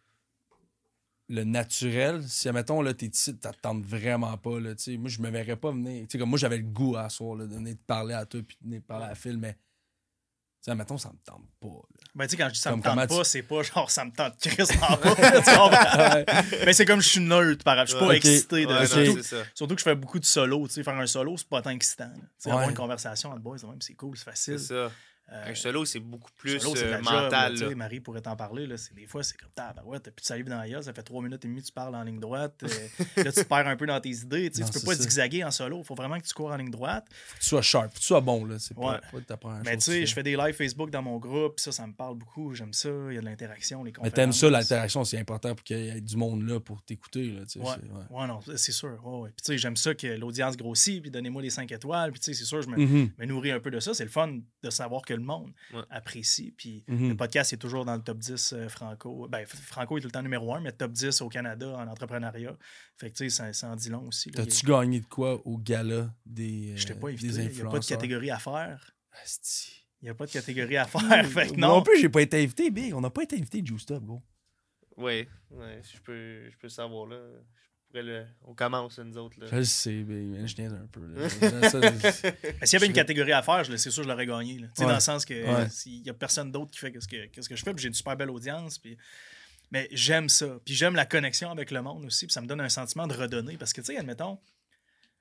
naturel. Si, admettons, là, t'es ici, t'attends vraiment pas. Là, moi, je me verrais pas venir. Comme moi, j'avais le goût à soir là, de venir te parler à toi puis de venir te parler à Phil, mais admettons, ça me tente pas. Là. Ben, tu sais, quand je dis ça me tente pas, c'est pas genre ça me tente crissement pas. Mais c'est comme je suis neutre, je suis pas excité. Surtout que je fais beaucoup de solo. Faire un solo, c'est pas tant excitant. Avoir une conversation entre boys, c'est cool, c'est facile. C'est ça. Un solo, c'est beaucoup plus c'est mental. Job, Marie pourrait t'en parler. Là, des fois, c'est comme t'as plus de salive dans la gueule, ça fait 3 minutes et demie que tu parles en ligne droite. Là, tu te perds un peu dans tes idées. Tu peux pas zigzaguer en solo. Il faut vraiment que tu cours en ligne droite. Faut que tu sois sharp, faut que tu sois bon. Là. C'est pas mais tu sais, je fais des lives Facebook dans mon groupe. Ça me parle beaucoup. J'aime ça. Il y a de l'interaction. Les conférences. Mais t'aimes ça, l'interaction, c'est important pour qu'il y ait du monde là pour t'écouter. Là, non, c'est sûr. Puis tu sais, j'aime ça que l'audience grossit. Puis donnez-moi les 5 étoiles. Puis tu sais, c'est sûr, je me nourris un peu de ça. C'est le fun de savoir que le monde apprécie. Puis le podcast est toujours dans le top 10 Franco. Ben, Franco est tout le temps numéro 1, mais top 10 au Canada en entrepreneuriat. Fait que tu sais, ça en dit long aussi. Là. T'as-tu gagné de quoi au gala des Je t'ai pas invité. des influenceurs? Il n'y a pas de catégorie à faire. Asti. Il n'y a pas de catégorie à faire. Fait que non. Moi non plus, j'ai pas été invité, Big. On n'a pas été invité, Juiced Up, gros. Oui, je peux le savoir, là. On commence, nous autres. Là. Je le sais, mais je niaise un peu. S'il y avait une catégorie à faire, c'est sûr que je l'aurais gagné. Dans le sens que s'il n'y a personne d'autre qui fait ce que je fais, puis j'ai une super belle audience. Puis... Mais j'aime ça. Puis j'aime la connexion avec le monde aussi. Puis ça me donne un sentiment de redonner. Parce que, tu sais, admettons,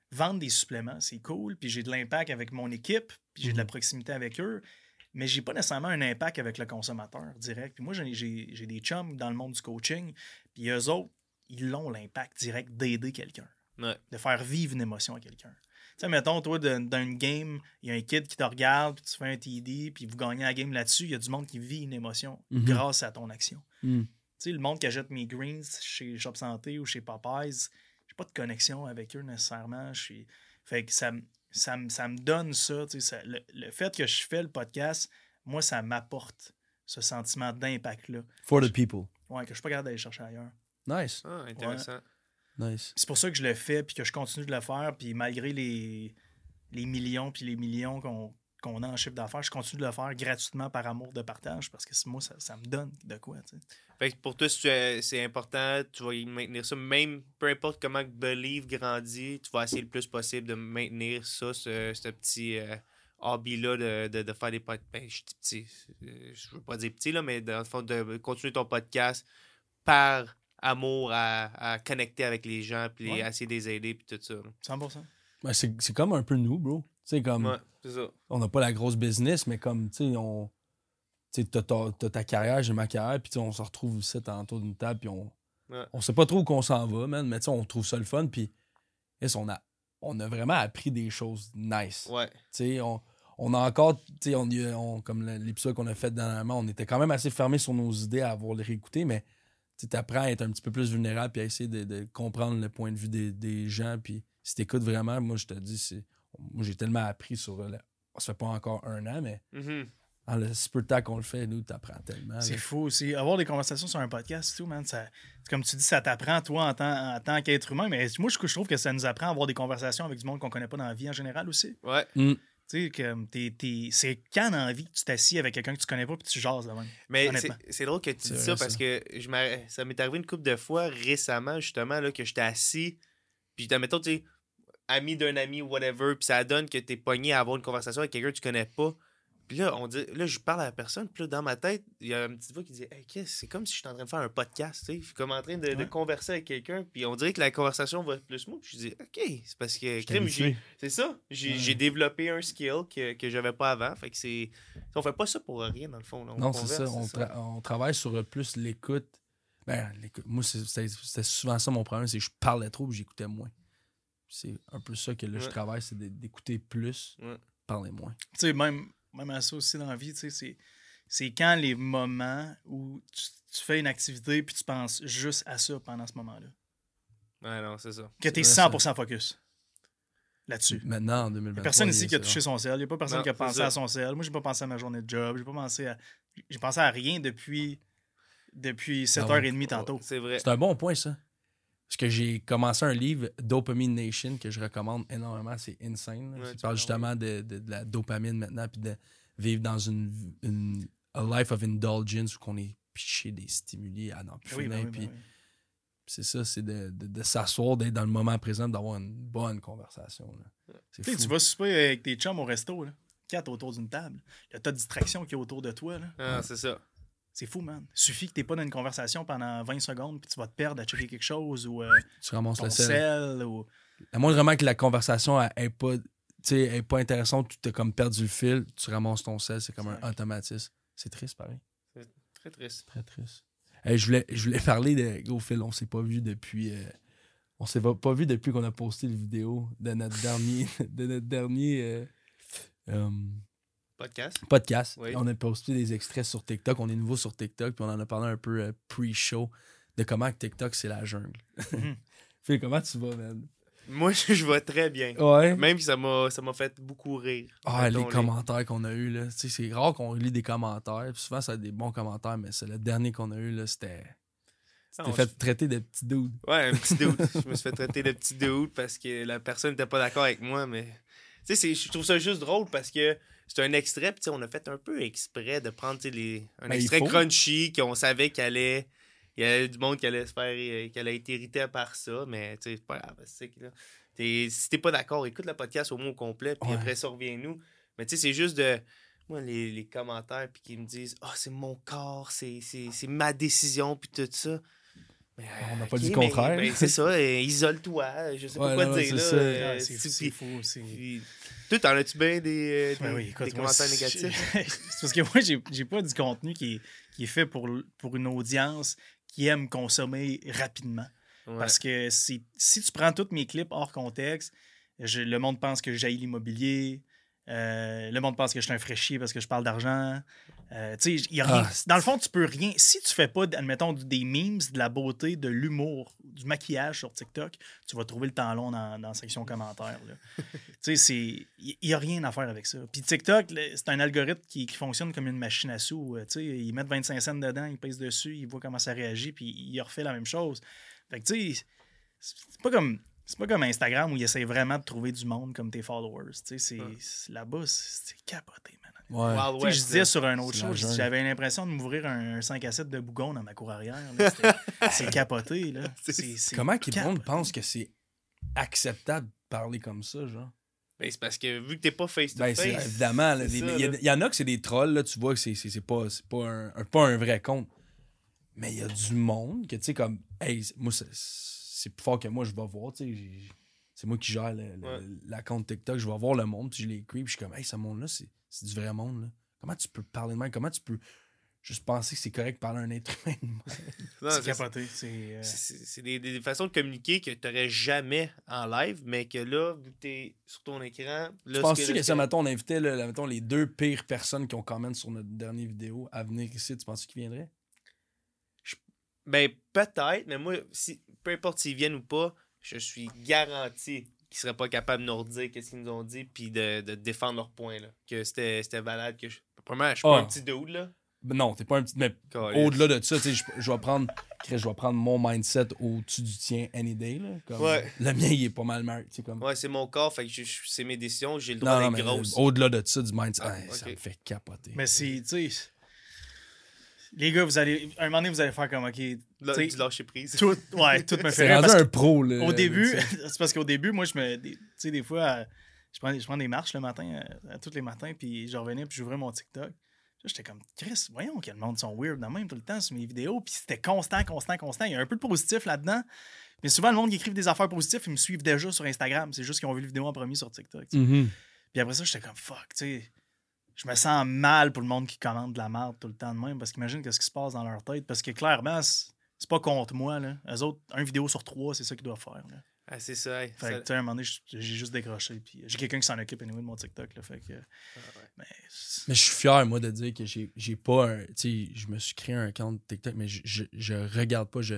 vendre des suppléments, c'est cool, puis j'ai de l'impact avec mon équipe, puis j'ai de la Mhm. proximité avec eux, mais j'ai pas nécessairement un impact avec le consommateur direct. Puis moi, j'ai des chums dans le monde du coaching, puis eux autres, ils ont l'impact direct d'aider quelqu'un, Ouais. de faire vivre une émotion à quelqu'un. Tu sais, mettons, toi, dans une game, il y a un kid qui te regarde, puis tu fais un TD, puis vous gagnez la game là-dessus, il y a du monde qui vit une émotion Mhm. grâce à ton action. Mm. Tu sais, le monde qui achète mes greens chez Shop Santé ou chez Popeyes, j'ai pas de connexion avec eux nécessairement. Fait que ça me donne ça, tu sais, le fait que je fais le podcast, moi, ça m'apporte ce sentiment d'impact-là. For the people. Ouais, que je suis pas capable d'aller chercher ailleurs. Nice. Ah, intéressant. Nice. C'est pour ça que je le fais, puis que je continue de le faire, puis malgré les millions puis les millions qu'on a en chiffre d'affaires, je continue de le faire gratuitement par amour de partage, parce que moi, ça me donne de quoi, tu sais. Fait que pour toi, c'est important, tu vas y maintenir ça. Même peu importe comment que Believe grandit, tu vas essayer le plus possible de maintenir ça, ce petit hobby-là de faire des podcasts. Ben, je dis petit, je veux pas dire petit, là, mais dans le fond, de continuer ton podcast par amour à connecter avec les gens, puis Ouais. essayer de les aider, puis tout ça. là. 100%. Ben, c'est comme un peu nous, bro. Tu sais, comme, Ouais, c'est ça. on n'a pas la grosse business, mais comme, tu sais, t'as ta carrière, j'ai ma carrière, puis tu sais, on se retrouve ici autour d'une table, puis Ouais. on sait pas trop où qu'on s'en va, man, mais tu sais, on trouve ça le fun, puis yes, on a vraiment appris des choses nice. Ouais. Tu sais, on a encore, tu sais, comme l'épisode qu'on a fait dernièrement, on était quand même assez fermé sur nos idées à avoir les réécouter, mais tu apprends à être un petit peu plus vulnérable puis à essayer de comprendre le point de vue des gens. Puis si t'écoutes vraiment, moi, je te dis, moi, j'ai tellement appris sur... ça fait pas encore 1 an, mais Mhm. en le si peu de temps qu'on le fait, nous, t'apprends tellement. C'est là. fou aussi. Avoir des conversations sur un podcast, c'est tout, man. Comme tu dis, ça t'apprend, toi, en tant qu'être humain. Mais moi, je trouve que ça nous apprend à avoir des conversations avec du monde qu'on connaît pas dans la vie en général aussi. Ouais. Tu sais, que c'est quand dans la vie que tu t'assis avec quelqu'un que tu connais pas puis tu jases là même. Mais Honnêtement. c'est drôle que tu C'est dis vrai, ça parce ça. que ça m'est arrivé une couple de fois récemment, justement, là, que j'étais assis, puis mettons, tu sais, ami d'un ami, whatever, puis ça donne que t'es pogné à avoir une conversation avec quelqu'un que tu connais pas. Puis là, là, je parle à la personne, puis là, dans ma tête, il y a une petite voix qui dit hey, c'est comme si je suis en train de faire un podcast, tu sais. Je suis comme en train de Ouais. converser avec quelqu'un, puis on dirait que la conversation va plus smooth. Puis je dis OK, c'est parce que, crime, habitué. c'est ça. J'ai développé un skill que j'avais pas avant. Fait que c'est. On fait pas ça pour rien, dans le fond. Là. On Non, c'est converse, ça. On travaille sur plus l'écoute. Ben, l'écoute. Moi, c'était souvent ça mon problème, c'est que je parlais trop et j'écoutais moins. C'est un peu ça que là, je Ouais. travaille, c'est d'écouter plus, Ouais. parler moins. Tu sais, même à ça aussi dans la vie, tu sais, c'est quand les moments où tu fais une activité puis tu penses juste à ça pendant ce moment-là. Ouais, non, c'est ça. Que tu es C'est vrai, 100% focus là-dessus. Maintenant, en Il 2023. n'y a personne ici qui a c'est touché son sel. Il n'y a pas personne Non, qui a c'est pensé ça. à son sel. Moi, j'ai pas pensé à ma journée de job. J'ai pensé à rien depuis 7h30 tantôt. C'est vrai. C'est un bon point, ça. Parce que j'ai commencé un livre, Dopamine Nation, que je recommande énormément. C'est insane. Là. Ouais, Il tu parle m'as justement de la dopamine maintenant, puis de vivre dans a life of indulgence où on est piché des stimuli à n'en plus Oui, ben finir. oui, ben Puis oui. c'est ça, c'est de s'asseoir, d'être dans le moment présent, d'avoir une bonne conversation. là. C'est Tu sais, fou. tu vas souper avec tes chums au resto, là. 4 autour d'une table. Le tas de distractions qu'il y a autour de toi, là. Ah, c'est ça. C'est fou, man. Suffit que tu n'es pas dans une conversation pendant 20 secondes puis tu vas te perdre à checker quelque chose ou Tu ramasses ton le sel. sel ou... À moins vraiment que la conversation est pas intéressante, tu t'as comme perdu le fil, tu ramasses ton sel, c'est comme un Exact. automatisme. C'est triste, pareil. Très triste. Très triste. Hey, je voulais parler de Go Phil, on s'est pas vu depuis. On s'est pas vu depuis qu'on a posté les vidéos de notre dernier Podcast. podcast. Oui. On a posté des extraits sur TikTok. On est nouveau sur TikTok, puis on en a parlé un peu pre-show de comment que TikTok c'est la jungle. Mhm. Phil, comment tu vas, man? Moi, je vais très bien. Ouais. Même que ça m'a fait beaucoup rire. Ah, les Mettons, commentaires qu'on a eus, là. Tu sais, c'est rare qu'on lit des commentaires. Puis souvent, ça a des bons commentaires, mais c'est le dernier qu'on a eu, là, c'était. Ah, T'es on fait traiter de petit dude. Ouais, un petit doute. Je me suis fait traiter de petit doute parce que la personne n'était pas d'accord avec moi, mais... Tu sais, je trouve ça juste drôle parce que c'est un extrait, puis tu sais, on a fait un peu exprès de prendre tu sais, un Ben, il extrait faut. crunchy, qu'on savait il y avait du monde qui allait se faire, qui allait être irrité par ça, mais tu sais, c'est pas grave. C'est que, là, si t'es pas d'accord, écoute le podcast au mot au complet, puis Ouais. après ça, reviens-nous. Mais tu sais, c'est juste de... Moi, les commentaires, puis qui me disent « Ah, c'est mon corps, c'est ma décision, puis tout ça. » On n'a pas dit le contraire. Mais c'est ça, isole-toi. Je sais pas quoi te dire. Là, c'est fou. Toi, t'en as-tu bien des commentaires négatifs? C'est parce que moi, j'ai pas du contenu qui est fait pour une audience qui aime consommer rapidement. Ouais. Parce que si tu prends tous mes clips hors contexte, le monde pense que j'haïs l'immobilier. Le monde pense que je suis un fraîchier parce que je parle d'argent. Tu sais, y a rien. Dans le fond, tu peux rien. Si tu fais pas, admettons, des memes, de la beauté, de l'humour, du maquillage sur TikTok, tu vas trouver le temps long dans la section commentaires. Tu sais, il n'y a rien à faire avec ça. Puis TikTok, c'est un algorithme qui fonctionne comme une machine à sous. Tu sais, ils mettent 25 cents dedans, ils pèsent dessus, ils voient comment ça réagit, puis ils refait la même chose. Fait que tu sais, c'est pas comme Instagram où ils essaient vraiment de trouver du monde comme tes followers. Tu sais, là-bas, c'est capoté, man. Ouais. Je disais sur un autre show, j'avais l'impression de m'ouvrir un 5 à 7 de bougon dans ma cour arrière. C'est capoté. Là. Comment que le monde pense que c'est acceptable de parler comme ça, genre? Ben, c'est parce que vu que t'es pas face-to-face... évidemment, il y en a que c'est des trolls, là, tu vois que c'est pas un vrai compte. Mais il y a du monde que, tu sais, comme... Hey, moi, c'est plus fort que moi, je vais voir, tu sais... C'est moi qui gère la compte TikTok. Je vais voir le monde, puis je l'écris, puis je suis comme, hey, ce monde-là, c'est du vrai monde. Là. Comment tu peux parler de même? Comment tu peux juste penser que c'est correct de parler à un être humain? C'est capoté. C'est des façons de communiquer que tu n'aurais jamais en live, mais que là, vu que tu es sur ton écran... Là, penses-tu que si, mettons, on invitait mettons, les 2 pires personnes qui ont commenté sur notre dernière vidéo à venir ici, tu penses qu'ils viendraient? Ben, peut-être, mais moi, peu importe s'ils viennent ou pas, je suis garanti qu'ils seraient pas capables de nous redire qu'est-ce qu'ils nous ont dit puis de défendre leur point, là. Que c'était valable. Premièrement, je suis pas un petit dude, là. Non, t'es pas un petit... Mais au-delà de ça, tu sais, je vais prendre mon mindset au-dessus du tien any day, là. Comme, le mien, il est pas mal meilleur, tu sais, comme... Ouais, c'est mon corps, fait que c'est mes décisions, j'ai le droit d'être grosse. Au-delà de ça, du mindset, ça me fait capoter. Mais tu sais... Les gars, un moment donné, vous allez faire comme, OK... Du lâcher prise. Tout me fait c'est rendu un pro, là. Au début, c'est parce qu'au début, moi, tu sais, des fois, je prends des marches le matin, tous les matins, puis je revenais, puis j'ouvrais mon TikTok. J'étais comme, Chris, voyons quel monde sont weird de même tout le temps sur mes vidéos, puis c'était constant. Il y a un peu de positif là-dedans, mais souvent, le monde qui écrive des affaires positives, ils me suivent déjà sur Instagram. C'est juste qu'ils ont vu la vidéo en premier sur TikTok. Mm-hmm. Puis après ça, j'étais comme, fuck, tu sais... Je me sens mal pour le monde qui commande de la merde tout le temps de même, parce qu'imagine qu'est-ce qui se passe dans leur tête. Parce que clairement, c'est pas contre moi. Là. Eux autres, une vidéo sur 3, c'est ça qu'ils doivent faire. Là. Ah, c'est ça. Fait que, tu sais, à un moment donné, j'ai juste décroché. Puis j'ai quelqu'un qui s'en occupe anyway, de mon TikTok. Là, fait que, mais je suis fier, moi, de dire que j'ai pas un. Tu sais, je me suis créé un compte TikTok, mais je regarde pas.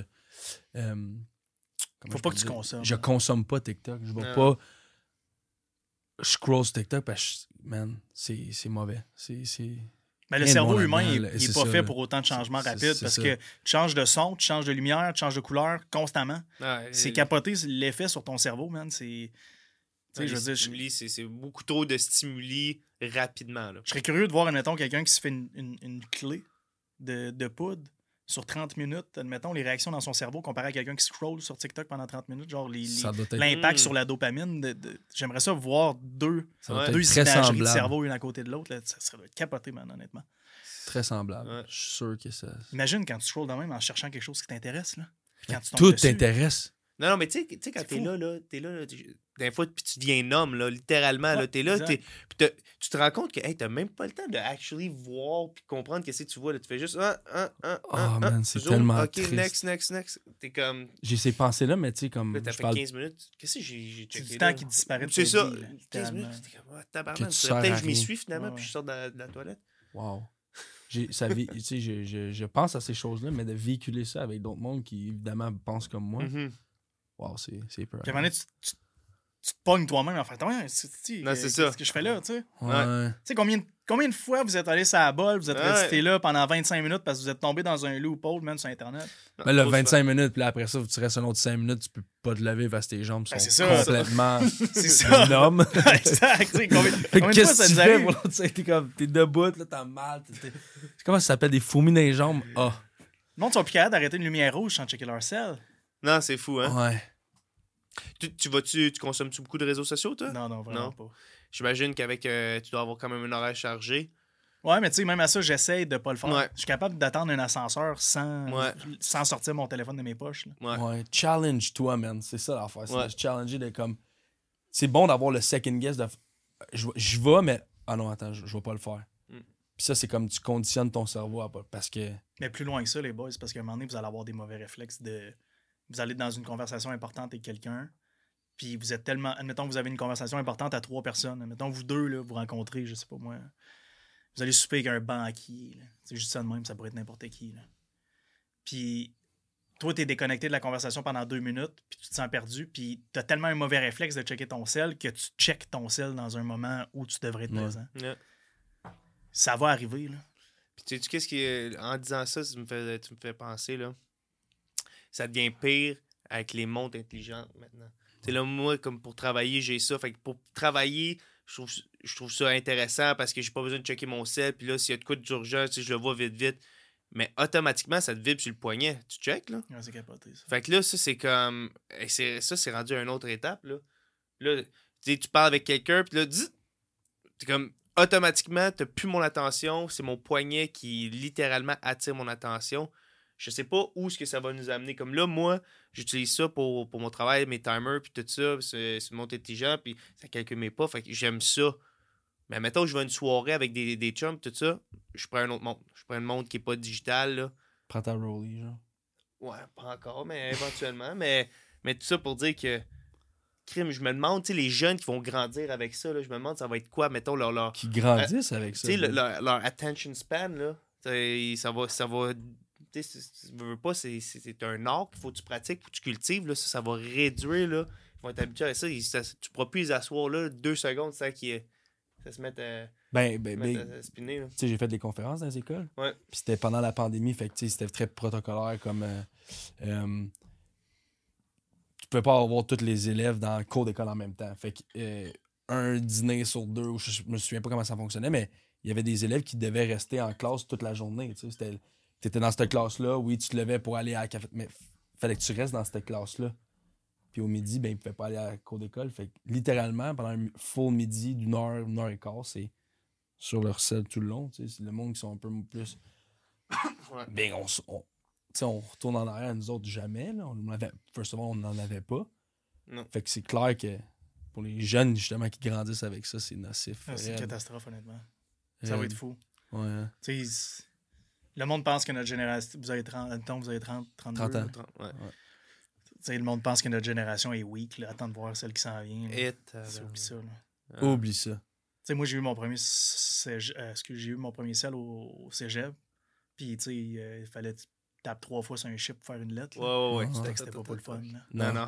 Faut pas que tu consommes. Je consomme pas TikTok. Je vais pas. Je scroll sur TikTok parce que, man, c'est mauvais. Mais le cerveau humain, il n'est pas fait pour autant de changements rapides parce que tu changes de son, tu changes de lumière, tu changes de couleur constamment. C'est capoté l'effet sur ton cerveau, man. C'est beaucoup trop de stimuli rapidement. Là. Je serais curieux de voir, admettons, quelqu'un qui se fait une clé de poudre sur 30 minutes, admettons, les réactions dans son cerveau comparé à quelqu'un qui scroll sur TikTok pendant 30 minutes, genre l'impact sur la dopamine. J'aimerais ça voir deux imageries de cerveau une à côté de l'autre. Là, ça serait capoté, man, honnêtement. Très semblable. Ouais. Je suis sûr que ça... Imagine quand tu scrolls de même en cherchant quelque chose qui t'intéresse. Là. Quand tu tout t'intéresse. Non, mais tu sais, quand t'es là, des fois, puis tu deviens un homme, là, littéralement, là, t'es là, tu te rends compte que, hey, t'as même pas le temps de actually voir puis comprendre qu'est-ce que tu vois, là, tu fais juste, man, c'est tellement triste. OK, next, t'es comme... J'ai ces pensées-là, mais tu sais, comme... Là, t'as fait 15 minutes, qu'est-ce que j'ai checké, c'est du temps qui disparaît de c'est ça, vie, 15 minutes, t'es comme, tabarnak, peut-être je m'y suis, finalement, puis je sors de la toilette. Wow. Je pense à ces choses-là, mais de véhiculer ça avec d'autres mondes qui, évidemment, pensent comme moi... Wow, c'est peur. Puis à un moment donné, tu te pognes toi-même en fait. C'est ça. Ce que je fais là, tu sais. Ouais. Tu sais, combien de fois vous êtes allé sur la bolle, vous êtes resté là pendant 25 minutes parce que vous êtes tombé dans un loophole, même sur Internet? Mais là, 25 minutes, puis après ça, tu restes un autre 5 minutes, tu peux pas te lever parce que tes jambes sont complètement énormes. Exact. Combien qu'est-ce que tu fais? Voilà, t'es debout, là, t'as mal. Comment ça s'appelle? Des fourmis dans les jambes? Le monde sont plus capables d'arrêter une lumière rouge sans checker leur sel. Non, c'est fou, hein? Ouais. Tu consommes-tu beaucoup de réseaux sociaux, toi? Non, vraiment pas. J'imagine qu'avec tu dois avoir quand même un horaire chargé. Ouais, mais tu sais, même à ça, j'essaie de pas le faire. Ouais. Je suis capable d'attendre un ascenseur sans Ouais. sortir mon téléphone de mes poches. Là. Ouais. Ouais, challenge-toi, man. C'est ça l'affaire. C'est Ouais. de se challenger de comme. C'est bon d'avoir le second guess de. Je vais, mais. Ah non, attends, je vais pas le faire. Puis ça, c'est comme tu conditionnes ton cerveau à pas. Parce que. Mais plus loin que ça, les boys, c'est parce qu'à un moment donné, vous allez avoir des mauvais réflexes de. Vous allez dans une conversation importante avec quelqu'un, puis vous êtes tellement. Admettons que vous avez une conversation importante à 3 personnes. Admettons vous deux, là, vous rencontrez, je sais pas moi. Vous allez souper avec un banquier. Là. C'est juste ça de même, ça pourrait être n'importe qui. Là. Puis toi, t'es déconnecté de la conversation pendant 2 minutes, puis tu te sens perdu, puis t'as tellement un mauvais réflexe de checker ton sel que tu checkes ton sel dans un moment où tu devrais être présent. Ouais. Ça va arriver, là. Puis tu sais, qu'est-ce qui en disant ça, tu me fais penser, là. Ça devient pire avec les montres intelligentes maintenant. Tu sais, là, moi, comme pour travailler, j'ai ça. Fait que pour travailler, je trouve ça intéressant parce que j'ai pas besoin de checker mon sel. Puis là, s'il y a de quoi d'urgent, tu sais, je le vois vite. Mais automatiquement, ça te vibre sur le poignet. Tu check, là? Ouais, c'est capoté, ça. Fait que là, ça, c'est comme... c'est rendu à une autre étape, là. Là, tu sais, tu parles avec quelqu'un, puis là, t'es comme... Automatiquement, t'as plus mon attention. C'est mon poignet qui, littéralement, attire mon attention. Je sais pas où est-ce que ça va nous amener. Comme là, moi, j'utilise ça pour mon travail, mes timers, puis tout ça. C'est une montre intelligente, puis ça calcule mes pas. Fait que j'aime ça. Mais mettons, je vais à une soirée avec des chums, tout ça. Je prends une autre montre. Je prends une montre qui est pas digitale, là. Prends ta Rollie, genre. Ouais, pas encore, mais éventuellement. mais tout ça pour dire que, crime, je me demande, tu sais, les jeunes qui vont grandir avec ça, là, je me demande, ça va être quoi, mettons, leur Qui grandissent avec ça. tu sais, leur attention span, là, ça va tu sais, tu veux pas, c'est un art qu'il faut que tu pratiques, faut que tu cultives, là, ça va réduire, là. Ils vont être habitués à ça. Tu pourras plus les asseoir, là, 2 secondes, ça se mette à spinner, là. Tu sais, j'ai fait des conférences dans les écoles. Ouais. Puis c'était pendant la pandémie, fait que tu sais, c'était très protocolaire comme. Tu pouvais pas avoir tous les élèves dans le cours d'école en même temps. Fait que un dîner sur 2, ou je me souviens pas comment ça fonctionnait, mais il y avait des élèves qui devaient rester en classe toute la journée. Tu sais, t'étais dans cette classe-là, oui, tu te levais pour aller à la café, mais fallait que tu restes dans cette classe-là. Puis au midi, ben, ils pouvaient pas aller à la cour d'école. Fait que littéralement, pendant un full midi d'une heure et quart, c'est sur leur selle tout le long. Tu sais, c'est le monde qui sont un peu plus. Ouais. Ben, on retourne en arrière, nous autres, jamais. Là. First of all, on n'en avait pas. Non. Fait que c'est clair que pour les jeunes, justement, qui grandissent avec ça, c'est nocif. Ah, c'est une Réel. catastrophe, honnêtement. Ça va être fou. Ouais. Tu sais, le monde pense que notre génération. Vous avez 30, 32. 30 ans. Ouais. Tu sais, le monde pense que notre génération est weak. Là. Attends de voir celle qui s'en vient. Là. C'est Oublie ça. Là. Oublie ça. Tu sais, moi, j'ai eu mon premier sel au cégep. Puis, tu sais, il fallait que tu tapes 3 fois sur un chip pour faire une lettre. Là. Ouais. C'était pas pour le fun. Là. Non.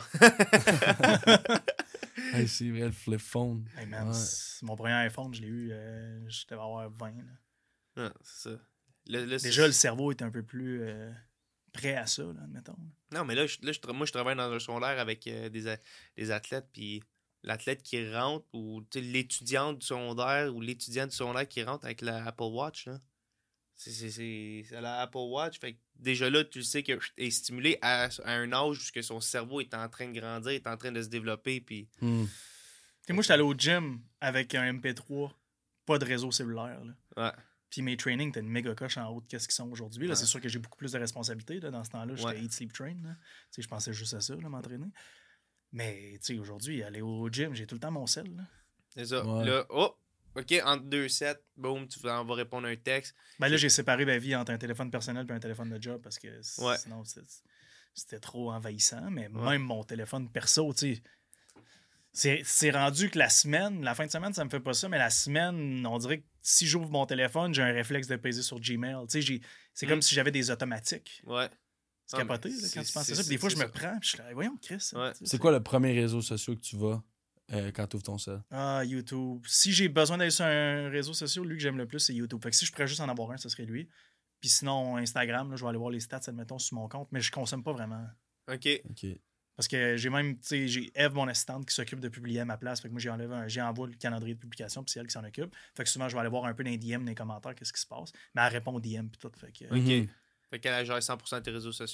Hey, c'est vrai, le flip phone. Hey, man, Ouais. mon premier iPhone, je l'ai eu, je devais avoir 20. Là. Non, c'est ça. Déjà, le cerveau est un peu plus prêt à ça, là, admettons. Non, mais là, moi, je travaille dans un secondaire avec des athlètes, puis l'athlète qui rentre, ou l'étudiante du secondaire, ou l'étudiant du secondaire qui rentre avec la Apple Watch, là. C'est la Apple Watch. Fait que déjà là, tu sais qu'il est stimulé à un âge où son cerveau est en train de grandir, est en train de se développer, puis... Et moi, j'étais allé au gym avec un MP3, pas de réseau cellulaire. Là. Ouais. Puis mes trainings, t'as une méga coche en haut de qu'est-ce qu'ils sont aujourd'hui. Là, Ouais. c'est sûr que j'ai beaucoup plus de responsabilités. Là, dans ce temps-là, j'étais Eat, Sleep, Train. Là. Je pensais juste à ça, là, m'entraîner. Mais aujourd'hui, aller au gym, j'ai tout le temps mon sel. Là. C'est ça. Ouais. Là, OK, entre 2 sets, boum, tu vas répondre à un texte. Ben là, j'ai séparé ma vie entre un téléphone personnel et un téléphone de job parce que Ouais. sinon, c'était trop envahissant. Mais même mon téléphone perso, tu sais, c'est rendu que la fin de semaine, ça me fait pas ça, mais la semaine, on dirait que si j'ouvre mon téléphone, j'ai un réflexe de peser sur Gmail. Tu sais, c'est comme si j'avais des automatiques. Ouais. C'est capoté là, quand tu penses à ça. Puis des fois, je me prends puis je suis là, voyons, Chris. Ouais. C'est quoi le premier réseau social que tu vas quand tu ouvres ton sel? Ah, YouTube. Si j'ai besoin d'aller sur un réseau social, lui que j'aime le plus, c'est YouTube. Fait que si je pourrais juste en avoir un, ce serait lui. Puis sinon, Instagram, là, je vais aller voir les stats, admettons, sur mon compte, mais je consomme pas vraiment. OK. Parce que j'ai même, tu sais, j'ai Eve, mon assistante, qui s'occupe de publier à ma place. Fait que moi, j'envoie le calendrier de publication, puis c'est elle qui s'en occupe. Fait que souvent, je vais aller voir un peu dans les DM, dans les commentaires, qu'est-ce qui se passe. Mais elle répond aux DM, puis tout. Fait que, OK. Fait qu'elle gère 100% de tes réseaux sociaux.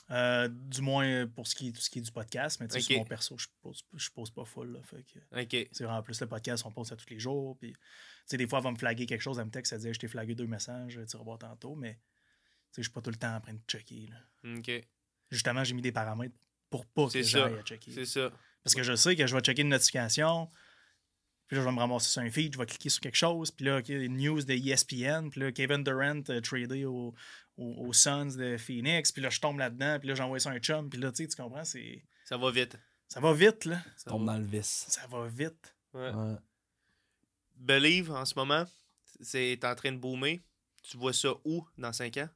Du moins pour tout ce qui est du podcast, mais Ok. sur mon perso, je pose pas full. Là, fait que, OK. c'est vraiment plus le podcast, on pose ça tous les jours. Puis, des fois, elle va me flaguer quelque chose, elle me texte, elle dit je t'ai flagué 2 messages, tu revois tantôt, mais je suis pas tout le temps en train de checker. Là. OK. Justement, j'ai mis des paramètres pour pas que C'est ça. j'aille à checker. C'est ça. Parce que je sais que je vais checker une notification, puis là, je vais me ramasser sur un feed, je vais cliquer sur quelque chose, puis là, OK, une news de ESPN, puis là, Kevin Durant tradé aux Suns de Phoenix, puis là, je tombe là-dedans, puis là, j'envoie ça à un chum, puis là, tu comprends, Ça va vite. ça va vite, là. Ça Tombe va. dans le vice. Ça va vite. Ouais. Ouais. Believe, en ce moment, c'est en train de boomer. Tu vois ça où dans 5 ans?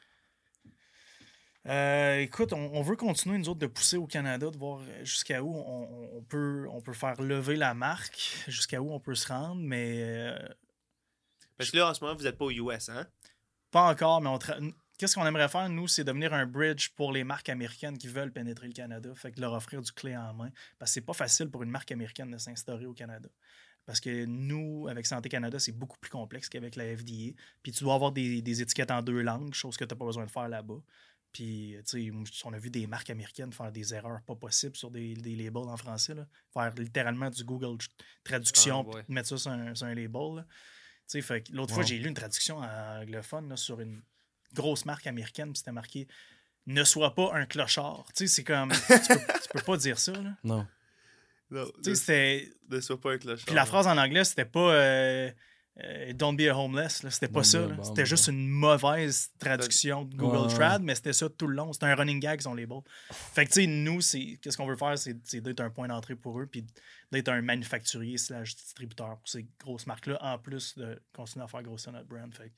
Écoute, on veut continuer, nous autres, de pousser au Canada, de voir jusqu'à où on peut faire lever la marque, jusqu'à où on peut se rendre, mais Parce que là, en ce moment, vous n'êtes pas aux US, hein? pas encore, mais qu'est-ce qu'on aimerait faire, nous, c'est devenir un bridge pour les marques américaines qui veulent pénétrer le Canada, fait que leur offrir du clé en main, parce que c'est pas facile pour une marque américaine de s'instaurer au Canada. Parce que nous, avec Santé Canada, c'est beaucoup plus complexe qu'avec la FDA. Puis tu dois avoir des étiquettes en 2 langues, chose que tu n'as pas besoin de faire là-bas. Puis, tu sais, on a vu des marques américaines faire des erreurs pas possibles sur des labels en français. Là. Faire littéralement du Google traduction, Ah, ouais. puis mettre ça sur un label. Là. Tu sais, fait que l'autre fois, j'ai lu une traduction en anglophone là, sur une grosse marque américaine, puis c'était marqué « Ne sois pas un clochard ». Tu sais, c'est comme... tu peux pas dire ça, là. Non. Non, Tu sais, c'était... ne sois pas un clochard. Puis la phrase en anglais, c'était pas Don't be a homeless. Là. C'était pas Don't ça. be a Là. bum, C'était juste une mauvaise traduction de Google Ouais. Trad, mais c'était ça tout le long. C'était un running gag, son label. Fait que, tu sais, nous, qu'est-ce qu'on veut faire, c'est d'être un point d'entrée pour eux, puis d'être un manufacturier / distributeur pour ces grosses marques-là, en plus de continuer à faire grossir notre brand. Fait que,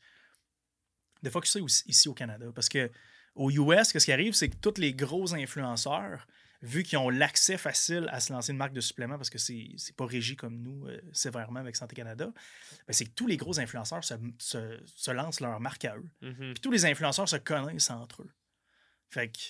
de focuser ici au Canada. Parce que aux US, ce qui arrive, c'est que tous les gros influenceurs, vu qu'ils ont l'accès facile à se lancer une marque de supplément, parce que c'est pas régi comme nous sévèrement avec Santé Canada, ben c'est que tous les gros influenceurs se lancent leur marque à eux. Mhm. Puis tous les influenceurs se connaissent entre eux. Fait que, tu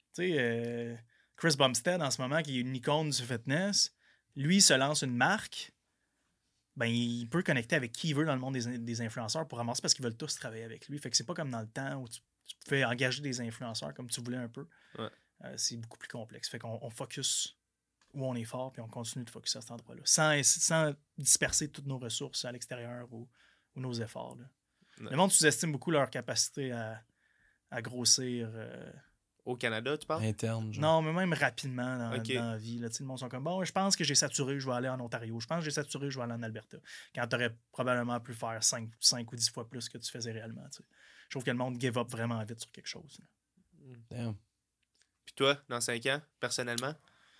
sais, Chris Bumstead, en ce moment, qui est une icône du fitness, lui, il se lance une marque, ben il peut connecter avec qui il veut dans le monde des influenceurs pour ramasser parce qu'ils veulent tous travailler avec lui. Fait que c'est pas comme dans le temps où tu pouvais engager des influenceurs comme tu voulais un peu. Ouais. C'est beaucoup plus complexe. Fait qu'on focus où on est fort, puis on continue de focus à cet endroit-là, sans disperser toutes nos ressources à l'extérieur ou nos efforts. Là. Ouais. Le monde sous-estime beaucoup leur capacité à grossir. Au Canada, tu parles? Interne, genre. Non, mais même rapidement dans Ok. la vie. Là, le monde sont comme, bon, je pense que j'ai saturé, je vais aller en Ontario. Je pense que j'ai saturé, je vais aller en Alberta. Quand tu aurais probablement pu faire 5 ou 10 fois plus que tu faisais réellement. T'sais. Je trouve que le monde give up vraiment vite sur quelque chose. Là. Damn. Puis toi, dans 5 ans, personnellement?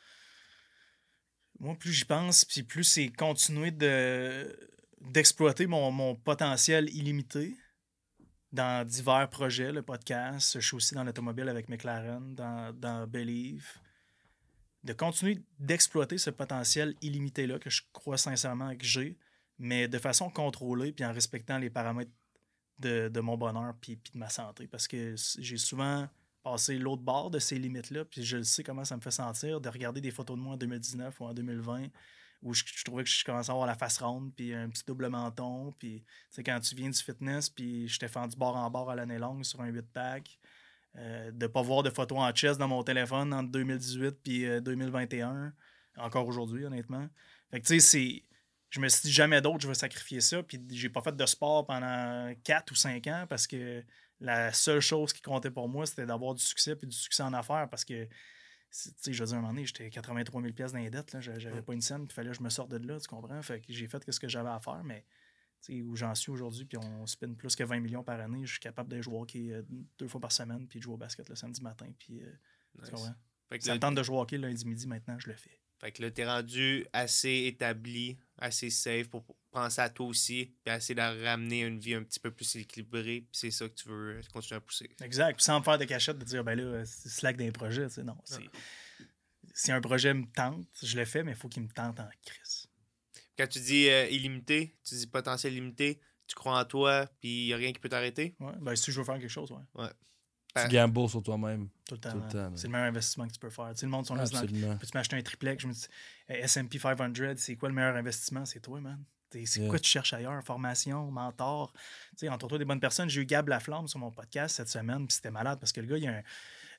Moi, plus j'y pense, puis plus c'est continuer d'exploiter mon potentiel illimité dans divers projets, le podcast. Je suis aussi dans l'automobile avec McLaren, dans Believe. De continuer d'exploiter ce potentiel illimité-là que je crois sincèrement que j'ai, mais de façon contrôlée puis en respectant les paramètres de mon bonheur puis de ma santé. Parce que j'ai souvent passé l'autre bord de ces limites-là, puis je le sais comment ça me fait sentir de regarder des photos de moi en 2019 ou en 2020 où je trouvais que je commençais à avoir la face ronde puis un petit double menton. Puis quand tu viens du fitness, puis j'étais fendu bord en bord à l'année longue sur un 8-pack. De ne pas voir de photos en chest dans mon téléphone entre 2018 puis 2021. Encore aujourd'hui, honnêtement. Fait que tu sais, je me suis dit jamais d'autre, je vais sacrifier ça. Puis j'ai pas fait de sport pendant 4 ou 5 ans parce que la seule chose qui comptait pour moi, c'était d'avoir du succès puis du succès en affaires parce que, tu sais, je veux dire, à un moment donné, j'étais 83 000 pièces dans les dettes, là, j'avais pas une scène, puis il fallait que je me sorte de là, tu comprends? Fait que j'ai fait ce que j'avais à faire, mais tu sais, où j'en suis aujourd'hui, puis on spin plus que 20 millions par année, je suis capable de jouer au hockey 2 fois par semaine, puis de jouer au basket le samedi matin, puis Nice. tu comprends? Fait que Ça là, me tente de jouer au hockey le lundi midi, maintenant, je le fais. fait que là, t'es rendu assez établi, assez safe pour penser à toi aussi, puis essayer de ramener une vie un petit peu plus équilibrée, puis c'est ça que tu veux continuer à pousser. Exact, puis sans me faire de cachette, de dire, ben là, c'est slack d'un projet, tu sais, non. Si un projet me tente, je le fais, mais il faut qu'il me tente en crise. Quand tu dis illimité, tu dis potentiel limité, tu crois en toi, puis il n'y a rien qui peut t'arrêter? Ouais, ben si je veux faire quelque chose, ouais. Tu gambles sur toi-même. Tout le temps. Tout le temps, C'est le meilleur investissement que tu peux faire. Tu sais, le monde sont là, Absolument. peux-tu m'acheter un triplex? Je me dis, S&P 500, c'est quoi le meilleur investissement? C'est toi, man. C'est quoi tu cherches ailleurs? Formation, mentor. Tu sais, entoure-toi des bonnes personnes. J'ai eu Gab Laflamme sur mon podcast cette semaine, puis c'était malade parce que le gars, il a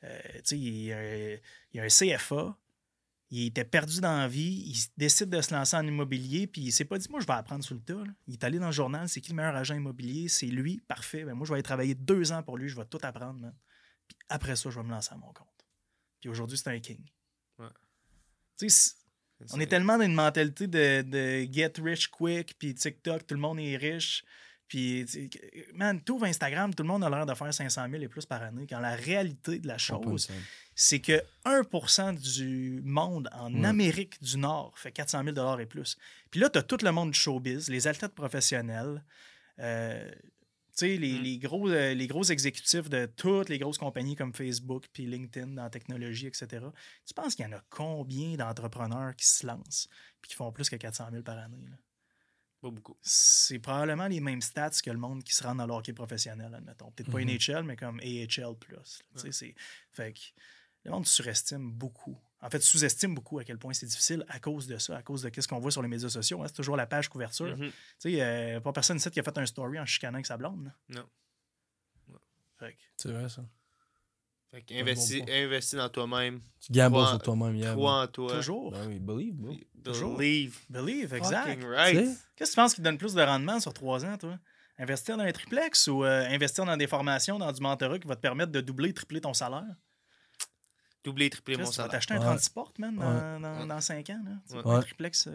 Tu sais, il y a un CFA. Il était perdu dans la vie. Il décide de se lancer en immobilier. Puis il s'est pas dit, moi, je vais apprendre sur le tas. Là. Il est allé dans le journal. C'est qui le meilleur agent immobilier? C'est lui. Parfait. Ben, moi, je vais aller travailler 2 ans pour lui. Je vais tout apprendre, man. Puis après ça, je vais me lancer à mon compte. Puis aujourd'hui, c'est un king. Ouais. Tu sais, on est tellement dans une mentalité de get rich quick. Puis TikTok, tout le monde est riche. Puis, man, tout Instagram, tout le monde a l'air de faire 500 000 et plus par année. Quand la réalité de la chose, c'est que 1% du monde en Amérique du Nord fait 400 000 et plus. Puis là, tu as tout le monde du showbiz, les athlètes professionnels, tu sais, les gros exécutifs de toutes les grosses compagnies comme Facebook puis LinkedIn dans la technologie, etc. Tu penses qu'il y en a combien d'entrepreneurs qui se lancent puis qui font plus que 400 000 par année? Là? Pas beaucoup. C'est probablement les mêmes stats que le monde qui se rend dans le hockey professionnel, admettons. Peut-être pas NHL, mais comme AHL+. Fait que le monde surestime beaucoup. En fait, sous-estime beaucoup à quel point c'est difficile à cause de ça, à cause de ce qu'on voit sur les médias sociaux. Hein. C'est toujours la page couverture. Tu sais, pas personne ici qui a fait un story en chicanant avec sa blonde. Là. Non. C'est vrai, ça. Fait qu'investis dans toi-même. Tu gambles sur toi-même. Crois en toi. Toujours. Ben oui, believe, bro. Toujours. Believe, exact. Right. Qu'est-ce que tu penses qui donne plus de rendement sur 3 ans, toi? Investir dans un triplex ou investir dans des formations, dans du mentorat qui va te permettre de doubler, tripler ton salaire? Doubler, tripler mon Tu vas salaire. t'acheter un 36 portes, man, dans 5 ans. Là. Un triplex.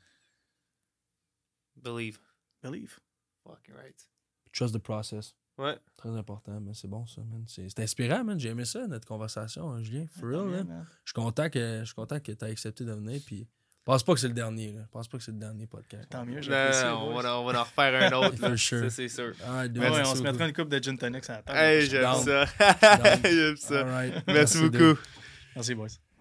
Believe. Fucking right. Trust the process. Ouais. Très important, mais c'est bon ça, man. C'est inspirant, man. J'ai aimé ça, notre conversation, hein, Julien. For real, man. Je suis content que tu aies accepté de venir. Puis, pense pas que c'est le dernier. Là. Pense pas que c'est le dernier podcast. Tant mieux, on va en refaire un autre. For sure. Ça, c'est sûr. On se mettra une coupe de gin tonic sur la table. Hey, j'aime ça. J'aime ça. All right. Merci beaucoup. Merci, boys.